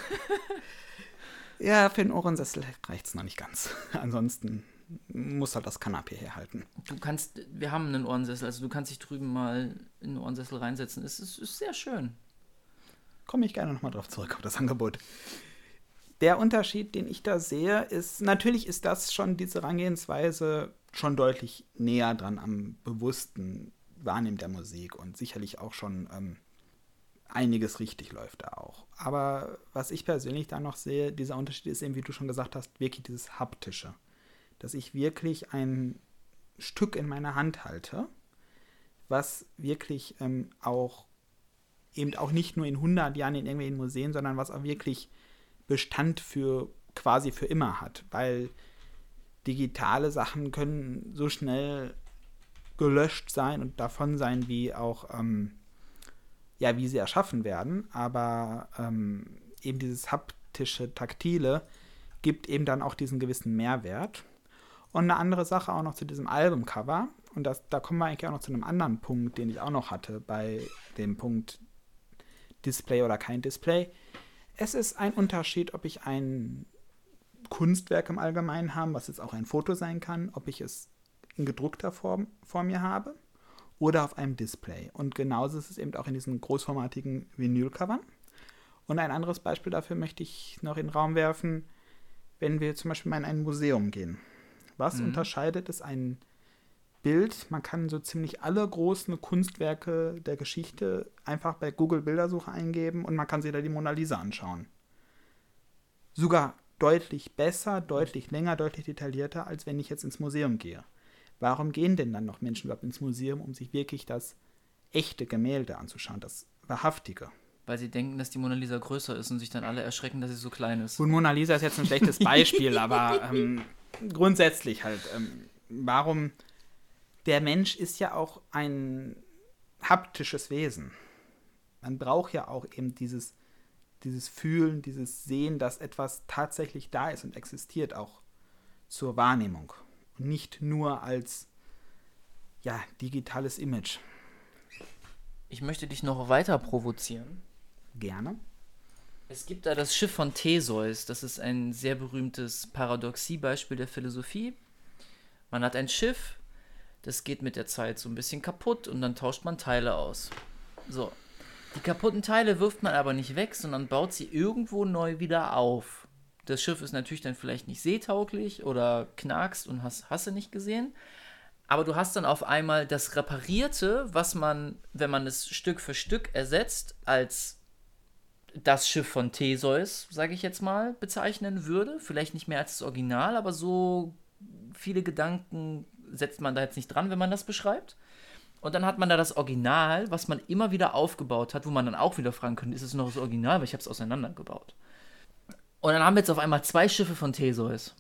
ja, für den Ohrensessel reicht es noch nicht ganz. Ansonsten muss halt das Kanapee herhalten. Wir haben einen Ohrensessel, also du kannst dich drüben mal in den Ohrensessel reinsetzen. Es ist sehr schön. Komme ich gerne nochmal drauf zurück, auf das Angebot. Der Unterschied, den ich da sehe, ist, natürlich ist das schon, diese Herangehensweise schon deutlich näher dran am bewussten Wahrnehmen der Musik und sicherlich auch schon einiges richtig läuft da auch. Aber was ich persönlich da noch sehe, dieser Unterschied ist eben, wie du schon gesagt hast, wirklich dieses Haptische. Dass ich wirklich ein Stück in meiner Hand halte, was wirklich auch nicht nur in 100 Jahren in irgendwelchen Museen, sondern was auch wirklich Bestand für quasi für immer hat, weil digitale Sachen können so schnell gelöscht sein und davon sein, wie auch wie sie erschaffen werden, aber eben dieses haptische, taktile gibt eben dann auch diesen gewissen Mehrwert. Und eine andere Sache auch noch zu diesem Albumcover, und da kommen wir eigentlich auch noch zu einem anderen Punkt, den ich auch noch hatte bei dem Punkt Display oder kein Display. Es ist ein Unterschied, ob ich ein Kunstwerk im Allgemeinen habe, was jetzt auch ein Foto sein kann, ob ich es in gedruckter Form vor mir habe oder auf einem Display. Und genauso ist es eben auch in diesen großformatigen Vinylcovern. Und ein anderes Beispiel dafür möchte ich noch in den Raum werfen, wenn wir zum Beispiel mal in ein Museum gehen. Was unterscheidet es ein Bild, man kann so ziemlich alle großen Kunstwerke der Geschichte einfach bei Google Bildersuche eingeben und man kann sich da die Mona Lisa anschauen. Sogar deutlich besser, deutlich länger, deutlich detaillierter, als wenn ich jetzt ins Museum gehe. Warum gehen denn dann noch Menschen überhaupt ins Museum, um sich wirklich das echte Gemälde anzuschauen, das wahrhaftige? Weil sie denken, dass die Mona Lisa größer ist und sich dann alle erschrecken, dass sie so klein ist. Gut, Mona Lisa ist jetzt ein schlechtes Beispiel, aber grundsätzlich halt, warum... Der Mensch ist ja auch ein haptisches Wesen. Man braucht ja auch eben dieses Fühlen, dieses Sehen, dass etwas tatsächlich da ist und existiert, auch zur Wahrnehmung. Und nicht nur als digitales Image. Ich möchte dich noch weiter provozieren. Gerne. Es gibt da das Schiff von Theseus. Das ist ein sehr berühmtes Paradoxiebeispiel der Philosophie. Man hat ein Schiff, das geht mit der Zeit so ein bisschen kaputt und dann tauscht man Teile aus. So. Die kaputten Teile wirft man aber nicht weg, sondern baut sie irgendwo neu wieder auf. Das Schiff ist natürlich dann vielleicht nicht seetauglich oder knackst und hast du nicht gesehen. Aber du hast dann auf einmal das Reparierte, was man, wenn man es Stück für Stück ersetzt, als das Schiff von Theseus, sage ich jetzt mal, bezeichnen würde. Vielleicht nicht mehr als das Original, aber so viele Gedanken setzt man da jetzt nicht dran, wenn man das beschreibt. Und dann hat man da das Original, was man immer wieder aufgebaut hat, wo man dann auch wieder fragen könnte, ist es noch das Original, weil ich habe es auseinandergebaut. Und dann haben wir jetzt auf einmal 2 Schiffe von Theseus.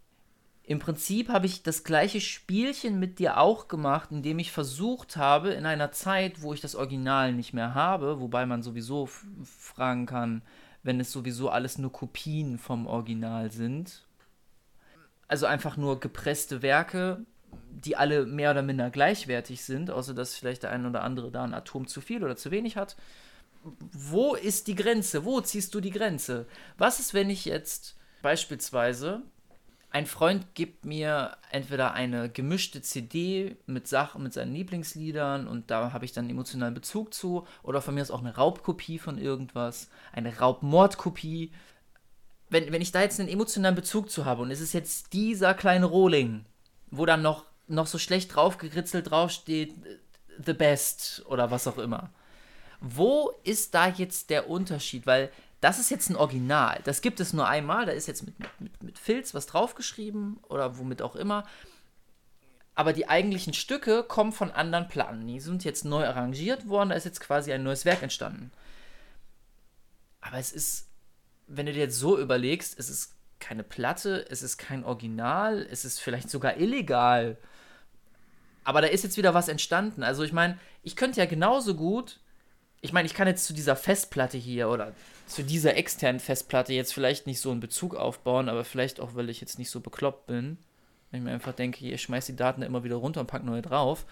Im Prinzip habe ich das gleiche Spielchen mit dir auch gemacht, indem ich versucht habe, in einer Zeit, wo ich das Original nicht mehr habe, wobei man sowieso fragen kann, wenn es sowieso alles nur Kopien vom Original sind, also einfach nur gepresste Werke, die alle mehr oder minder gleichwertig sind, außer dass vielleicht der eine oder andere da ein Atom zu viel oder zu wenig hat. Wo ist die Grenze? Wo ziehst du die Grenze? Was ist, wenn ich jetzt beispielsweise, ein Freund gibt mir entweder eine gemischte CD mit seinen Lieblingsliedern und da habe ich dann einen emotionalen Bezug zu, oder von mir ist auch eine Raubkopie von irgendwas, eine Raubmordkopie. Wenn ich da jetzt einen emotionalen Bezug zu habe und es ist jetzt dieser kleine Rohling, wo dann noch so schlecht draufgekritzelt draufsteht, the best oder was auch immer. Wo ist da jetzt der Unterschied? Weil das ist jetzt ein Original. Das gibt es nur einmal. Da ist jetzt mit Filz was draufgeschrieben oder womit auch immer. Aber die eigentlichen Stücke kommen von anderen Platten. Die sind jetzt neu arrangiert worden. Da ist jetzt quasi ein neues Werk entstanden. Aber es ist, wenn du dir jetzt so überlegst, es ist keine Platte, es ist kein Original, es ist vielleicht sogar illegal. Aber da ist jetzt wieder was entstanden. Also ich meine, ich könnte ja genauso gut, ich meine, ich kann jetzt zu dieser Festplatte hier oder zu dieser externen Festplatte jetzt vielleicht nicht so einen Bezug aufbauen, aber vielleicht auch, weil ich jetzt nicht so bekloppt bin. Wenn ich mir einfach denke, ich schmeiß die Daten da immer wieder runter und pack neue drauf.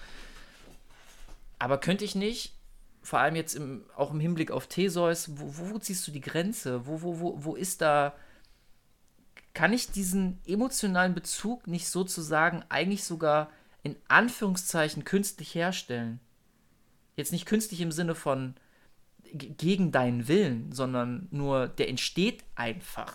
Aber könnte ich nicht, vor allem jetzt auch im Hinblick auf Theseus, wo ziehst du die Grenze? Wo ist da... Kann ich diesen emotionalen Bezug nicht sozusagen eigentlich sogar in Anführungszeichen künstlich herstellen? Jetzt nicht künstlich im Sinne von gegen deinen Willen, sondern nur, der entsteht einfach.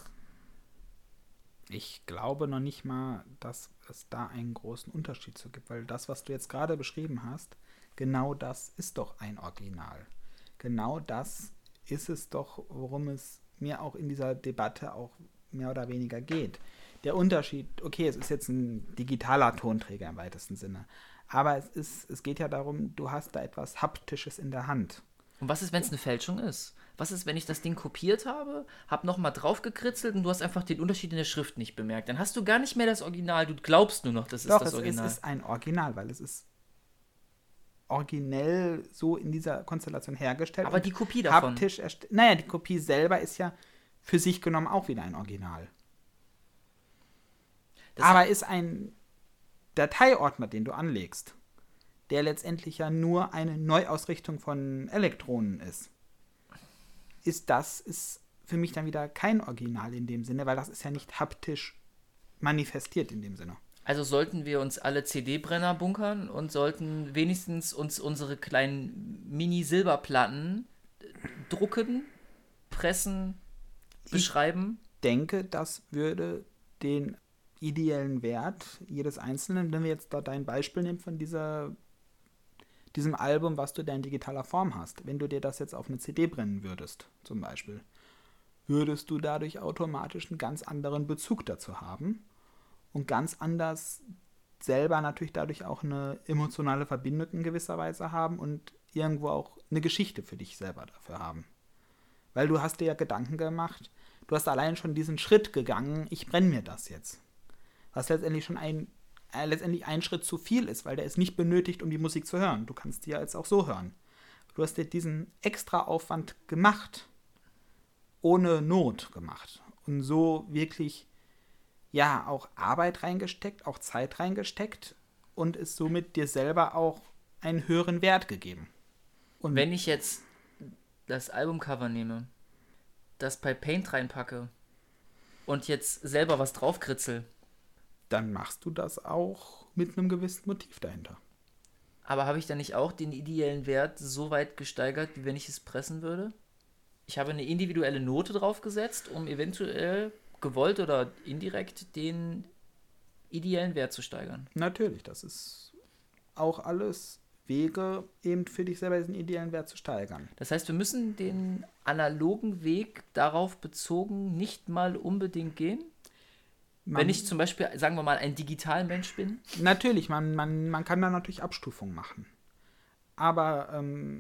Ich glaube noch nicht mal, dass es da einen großen Unterschied zu gibt, weil das, was du jetzt gerade beschrieben hast, genau das ist doch ein Original. Genau das ist es doch, worum es mir auch in dieser Debatte auch mehr oder weniger geht. Der Unterschied, okay, es ist jetzt ein digitaler Tonträger im weitesten Sinne, aber es geht ja darum, du hast da etwas Haptisches in der Hand. Und was ist, wenn es eine Fälschung ist? Was ist, wenn ich das Ding kopiert habe, habe nochmal drauf gekritzelt und du hast einfach den Unterschied in der Schrift nicht bemerkt? Dann hast du gar nicht mehr das Original, du glaubst nur noch, das ist das Original. Doch, es ist ein Original, weil es ist originell so in dieser Konstellation hergestellt. Aber die Kopie davon. Haptisch die Kopie selber ist ja für sich genommen auch wieder ein Original. Aber ist ein Dateiordner, den du anlegst, der letztendlich ja nur eine Neuausrichtung von Elektronen ist für mich dann wieder kein Original in dem Sinne, weil das ist ja nicht haptisch manifestiert in dem Sinne. Also sollten wir uns alle CD-Brenner bunkern und sollten wenigstens uns unsere kleinen Mini-Silberplatten drucken, pressen, beschreiben? Ich denke, das würde den ideellen Wert jedes Einzelnen, wenn wir jetzt da dein Beispiel nehmen von diesem Album, was du da in digitaler Form hast, wenn du dir das jetzt auf eine CD brennen würdest, zum Beispiel, würdest du dadurch automatisch einen ganz anderen Bezug dazu haben und ganz anders selber natürlich dadurch auch eine emotionale Verbindung in gewisser Weise haben und irgendwo auch eine Geschichte für dich selber dafür haben. Weil du hast dir ja Gedanken gemacht, du hast allein schon diesen Schritt gegangen, ich brenne mir das jetzt. Was letztendlich schon letztendlich ein Schritt zu viel ist, weil der ist nicht benötigt, um die Musik zu hören. Du kannst die ja jetzt auch so hören. Du hast dir diesen extra Aufwand gemacht, ohne Not gemacht und so wirklich ja auch Arbeit reingesteckt, auch Zeit reingesteckt und es somit dir selber auch einen höheren Wert gegeben. Und wenn ich jetzt das Albumcover nehme, das bei Paint reinpacke und jetzt selber was draufkritzel, dann machst du das auch mit einem gewissen Motiv dahinter. aber habe ich dann nicht auch den ideellen Wert so weit gesteigert, wie wenn ich es pressen würde? Ich habe eine individuelle Note draufgesetzt, um eventuell gewollt oder indirekt den ideellen Wert zu steigern. Natürlich, das ist auch alles Wege, eben für dich selber diesen ideellen Wert zu steigern. Das heißt, wir müssen den analogen Weg darauf bezogen nicht mal unbedingt gehen? Wenn ich zum Beispiel, sagen wir mal, ein Digitalmensch bin? Natürlich, man kann da natürlich Abstufungen machen. Aber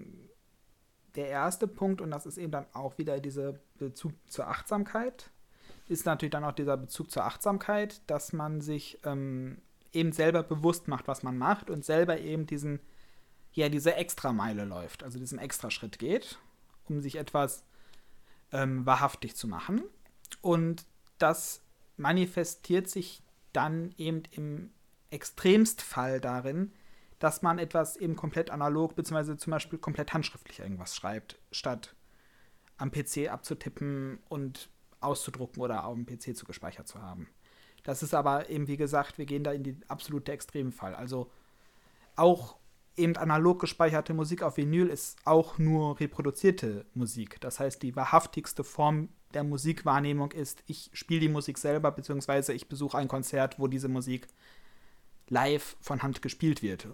der erste Punkt, und das ist eben dann auch wieder dieser Bezug zur Achtsamkeit, ist natürlich dann auch dieser Bezug zur Achtsamkeit, dass man sich eben selber bewusst macht, was man macht und selber eben diese Extrameile läuft, also diesen Extraschritt geht, um sich etwas wahrhaftig zu machen. Und das manifestiert sich dann eben im Extremstfall darin, dass man etwas eben komplett analog, beziehungsweise zum Beispiel komplett handschriftlich irgendwas schreibt, statt am PC abzutippen und auszudrucken oder auf dem PC zu gespeichert zu haben. Das ist aber eben, wie gesagt, wir gehen da in die absolute Extremfall. Also auch eben analog gespeicherte Musik auf Vinyl ist auch nur reproduzierte Musik. Das heißt, die wahrhaftigste Form der Musikwahrnehmung ist, ich spiele die Musik selber, beziehungsweise ich besuche ein Konzert, wo diese Musik live von Hand gespielt wird.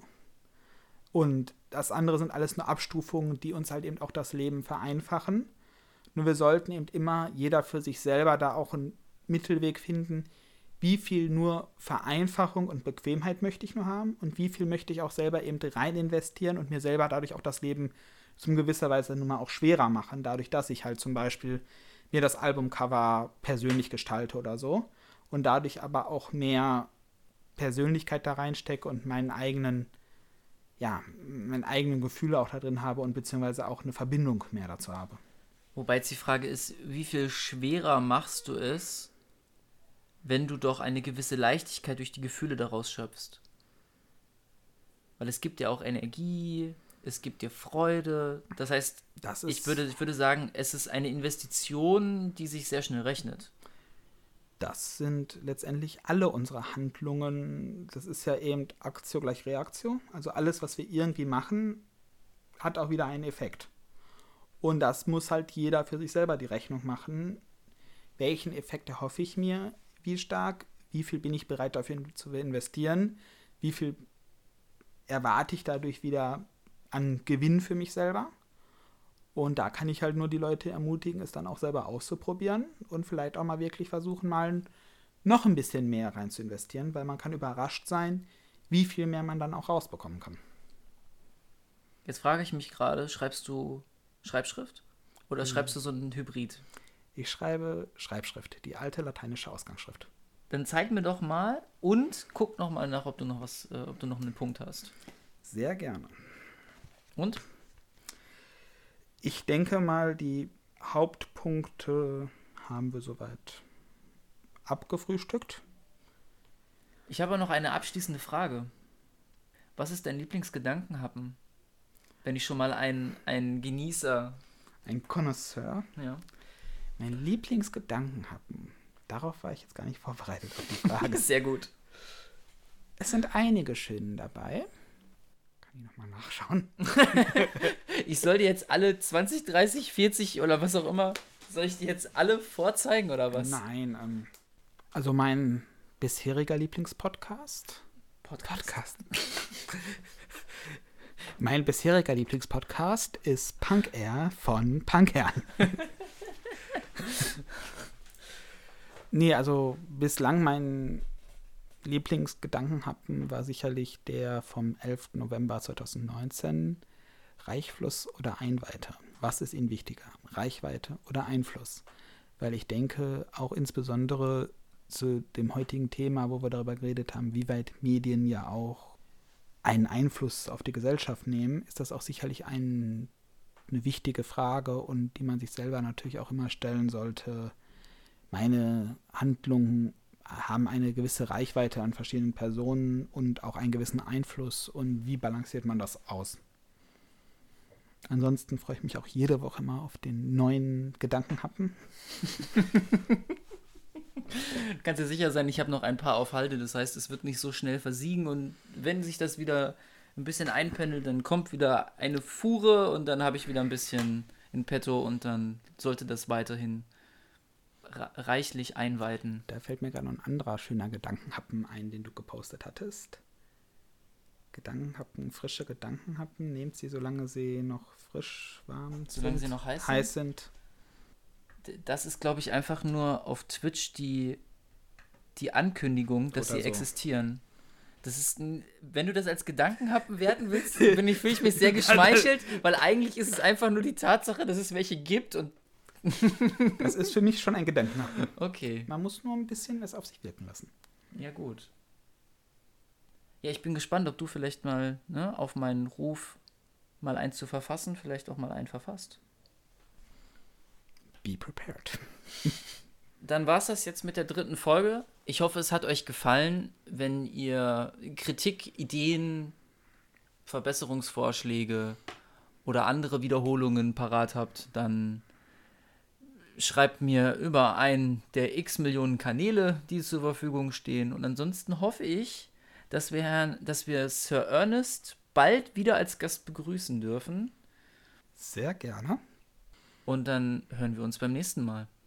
Und das andere sind alles nur Abstufungen, die uns halt eben auch das Leben vereinfachen. Nur wir sollten eben immer jeder für sich selber da auch einen Mittelweg finden, wie viel nur Vereinfachung und Bequemheit möchte ich nur haben und wie viel möchte ich auch selber eben rein investieren und mir selber dadurch auch das Leben zum gewisser Weise nun mal auch schwerer machen, dadurch, dass ich halt zum Beispiel mir das Albumcover persönlich gestalte oder so und dadurch aber auch mehr Persönlichkeit da reinstecke und meine eigenen Gefühle auch da drin habe und beziehungsweise auch eine Verbindung mehr dazu habe. Wobei jetzt die Frage ist, wie viel schwerer machst du es, wenn du doch eine gewisse Leichtigkeit durch die Gefühle daraus schöpfst? Weil es gibt ja auch Energie, es gibt dir Freude. Das heißt, ich würde sagen, es ist eine Investition, die sich sehr schnell rechnet. Das sind letztendlich alle unsere Handlungen. Das ist ja eben Aktio gleich Reaktio. Also alles, was wir irgendwie machen, hat auch wieder einen Effekt. Und das muss halt jeder für sich selber die Rechnung machen. Welchen Effekt erhoffe ich mir? Wie stark? Wie viel bin ich bereit dafür zu investieren? Wie viel erwarte ich dadurch wieder an Gewinn für mich selber? Und da kann ich halt nur die Leute ermutigen, es dann auch selber auszuprobieren und vielleicht auch mal wirklich versuchen, mal noch ein bisschen mehr rein zu investieren, weil man kann überrascht sein, wie viel mehr man dann auch rausbekommen kann. Jetzt frage ich mich gerade, schreibst du Schreibschrift oder schreibst du so einen Hybrid? Ich schreibe Schreibschrift, die alte lateinische Ausgangsschrift. Dann zeig mir doch mal und guck noch mal nach, ob du noch einen Punkt hast. Sehr gerne. Und? Ich denke mal, die Hauptpunkte haben wir soweit abgefrühstückt. Ich habe noch eine abschließende Frage. Was ist dein Lieblingsgedankenhappen? Wenn ich schon mal ein Genießer... Ein Connoisseur? Ja. Mein Lieblingsgedankenhappen. Darauf war ich jetzt gar nicht vorbereitet auf die Frage. Sehr gut. Es sind einige schöne dabei. Kann ich nochmal nachschauen? Ich soll dir jetzt alle 20, 30, 40 oder was auch immer, soll ich dir jetzt alle vorzeigen oder was? Nein, also mein bisheriger Lieblingspodcast? Podcast. Mein bisheriger Lieblingspodcast ist Punk Air von Punk Air. Nee, also bislang mein Lieblingsgedankenhappen war sicherlich der vom 11. November 2019. Reichfluss oder Einweite? Was ist Ihnen wichtiger? Reichweite oder Einfluss? Weil ich denke, auch insbesondere zu dem heutigen Thema, wo wir darüber geredet haben, wie weit Medien ja auch einen Einfluss auf die Gesellschaft nehmen, ist das auch sicherlich eine wichtige Frage und die man sich selber natürlich auch immer stellen sollte. Meine Handlungen haben eine gewisse Reichweite an verschiedenen Personen und auch einen gewissen Einfluss und wie balanciert man das aus? Ansonsten freue ich mich auch jede Woche mal auf den neuen Gedankenhappen. Kannst dir sicher sein, ich habe noch ein paar auf Halde, das heißt, es wird nicht so schnell versiegen und wenn sich das wieder ein bisschen einpendelt, dann kommt wieder eine Fuhre und dann habe ich wieder ein bisschen in petto und dann sollte das weiterhin reichlich einweiten. Da fällt mir gerade noch ein anderer schöner Gedankenhappen ein, den du gepostet hattest. Gedankenhappen, frische Gedankenhappen, nehmt sie, solange sie noch frisch, warm solange sind, sie noch heiß sind. Das ist, glaube ich, einfach nur auf Twitch die Ankündigung, dass Oder sie so existieren. Das ist, wenn du das als Gedankenhappen werten willst, fühle ich mich sehr geschmeichelt, weil eigentlich ist es einfach nur die Tatsache, dass es welche gibt und das ist für mich schon ein Gedankenhappen. okay. Man muss nur ein bisschen es auf sich wirken lassen. Ja, gut. Ja, ich bin gespannt, ob du vielleicht mal auf meinen Ruf, mal eins zu verfassen, vielleicht auch mal einen verfasst. Be prepared. Dann war es das jetzt mit der 3. Folge. Ich hoffe, es hat euch gefallen. Wenn ihr Kritik, Ideen, Verbesserungsvorschläge oder andere Wiederholungen parat habt, dann schreibt mir über einen der x Millionen Kanäle, die zur Verfügung stehen. Und ansonsten hoffe ich, dass wir Sir Ernest bald wieder als Gast begrüßen dürfen. Sehr gerne. Und dann hören wir uns beim nächsten Mal.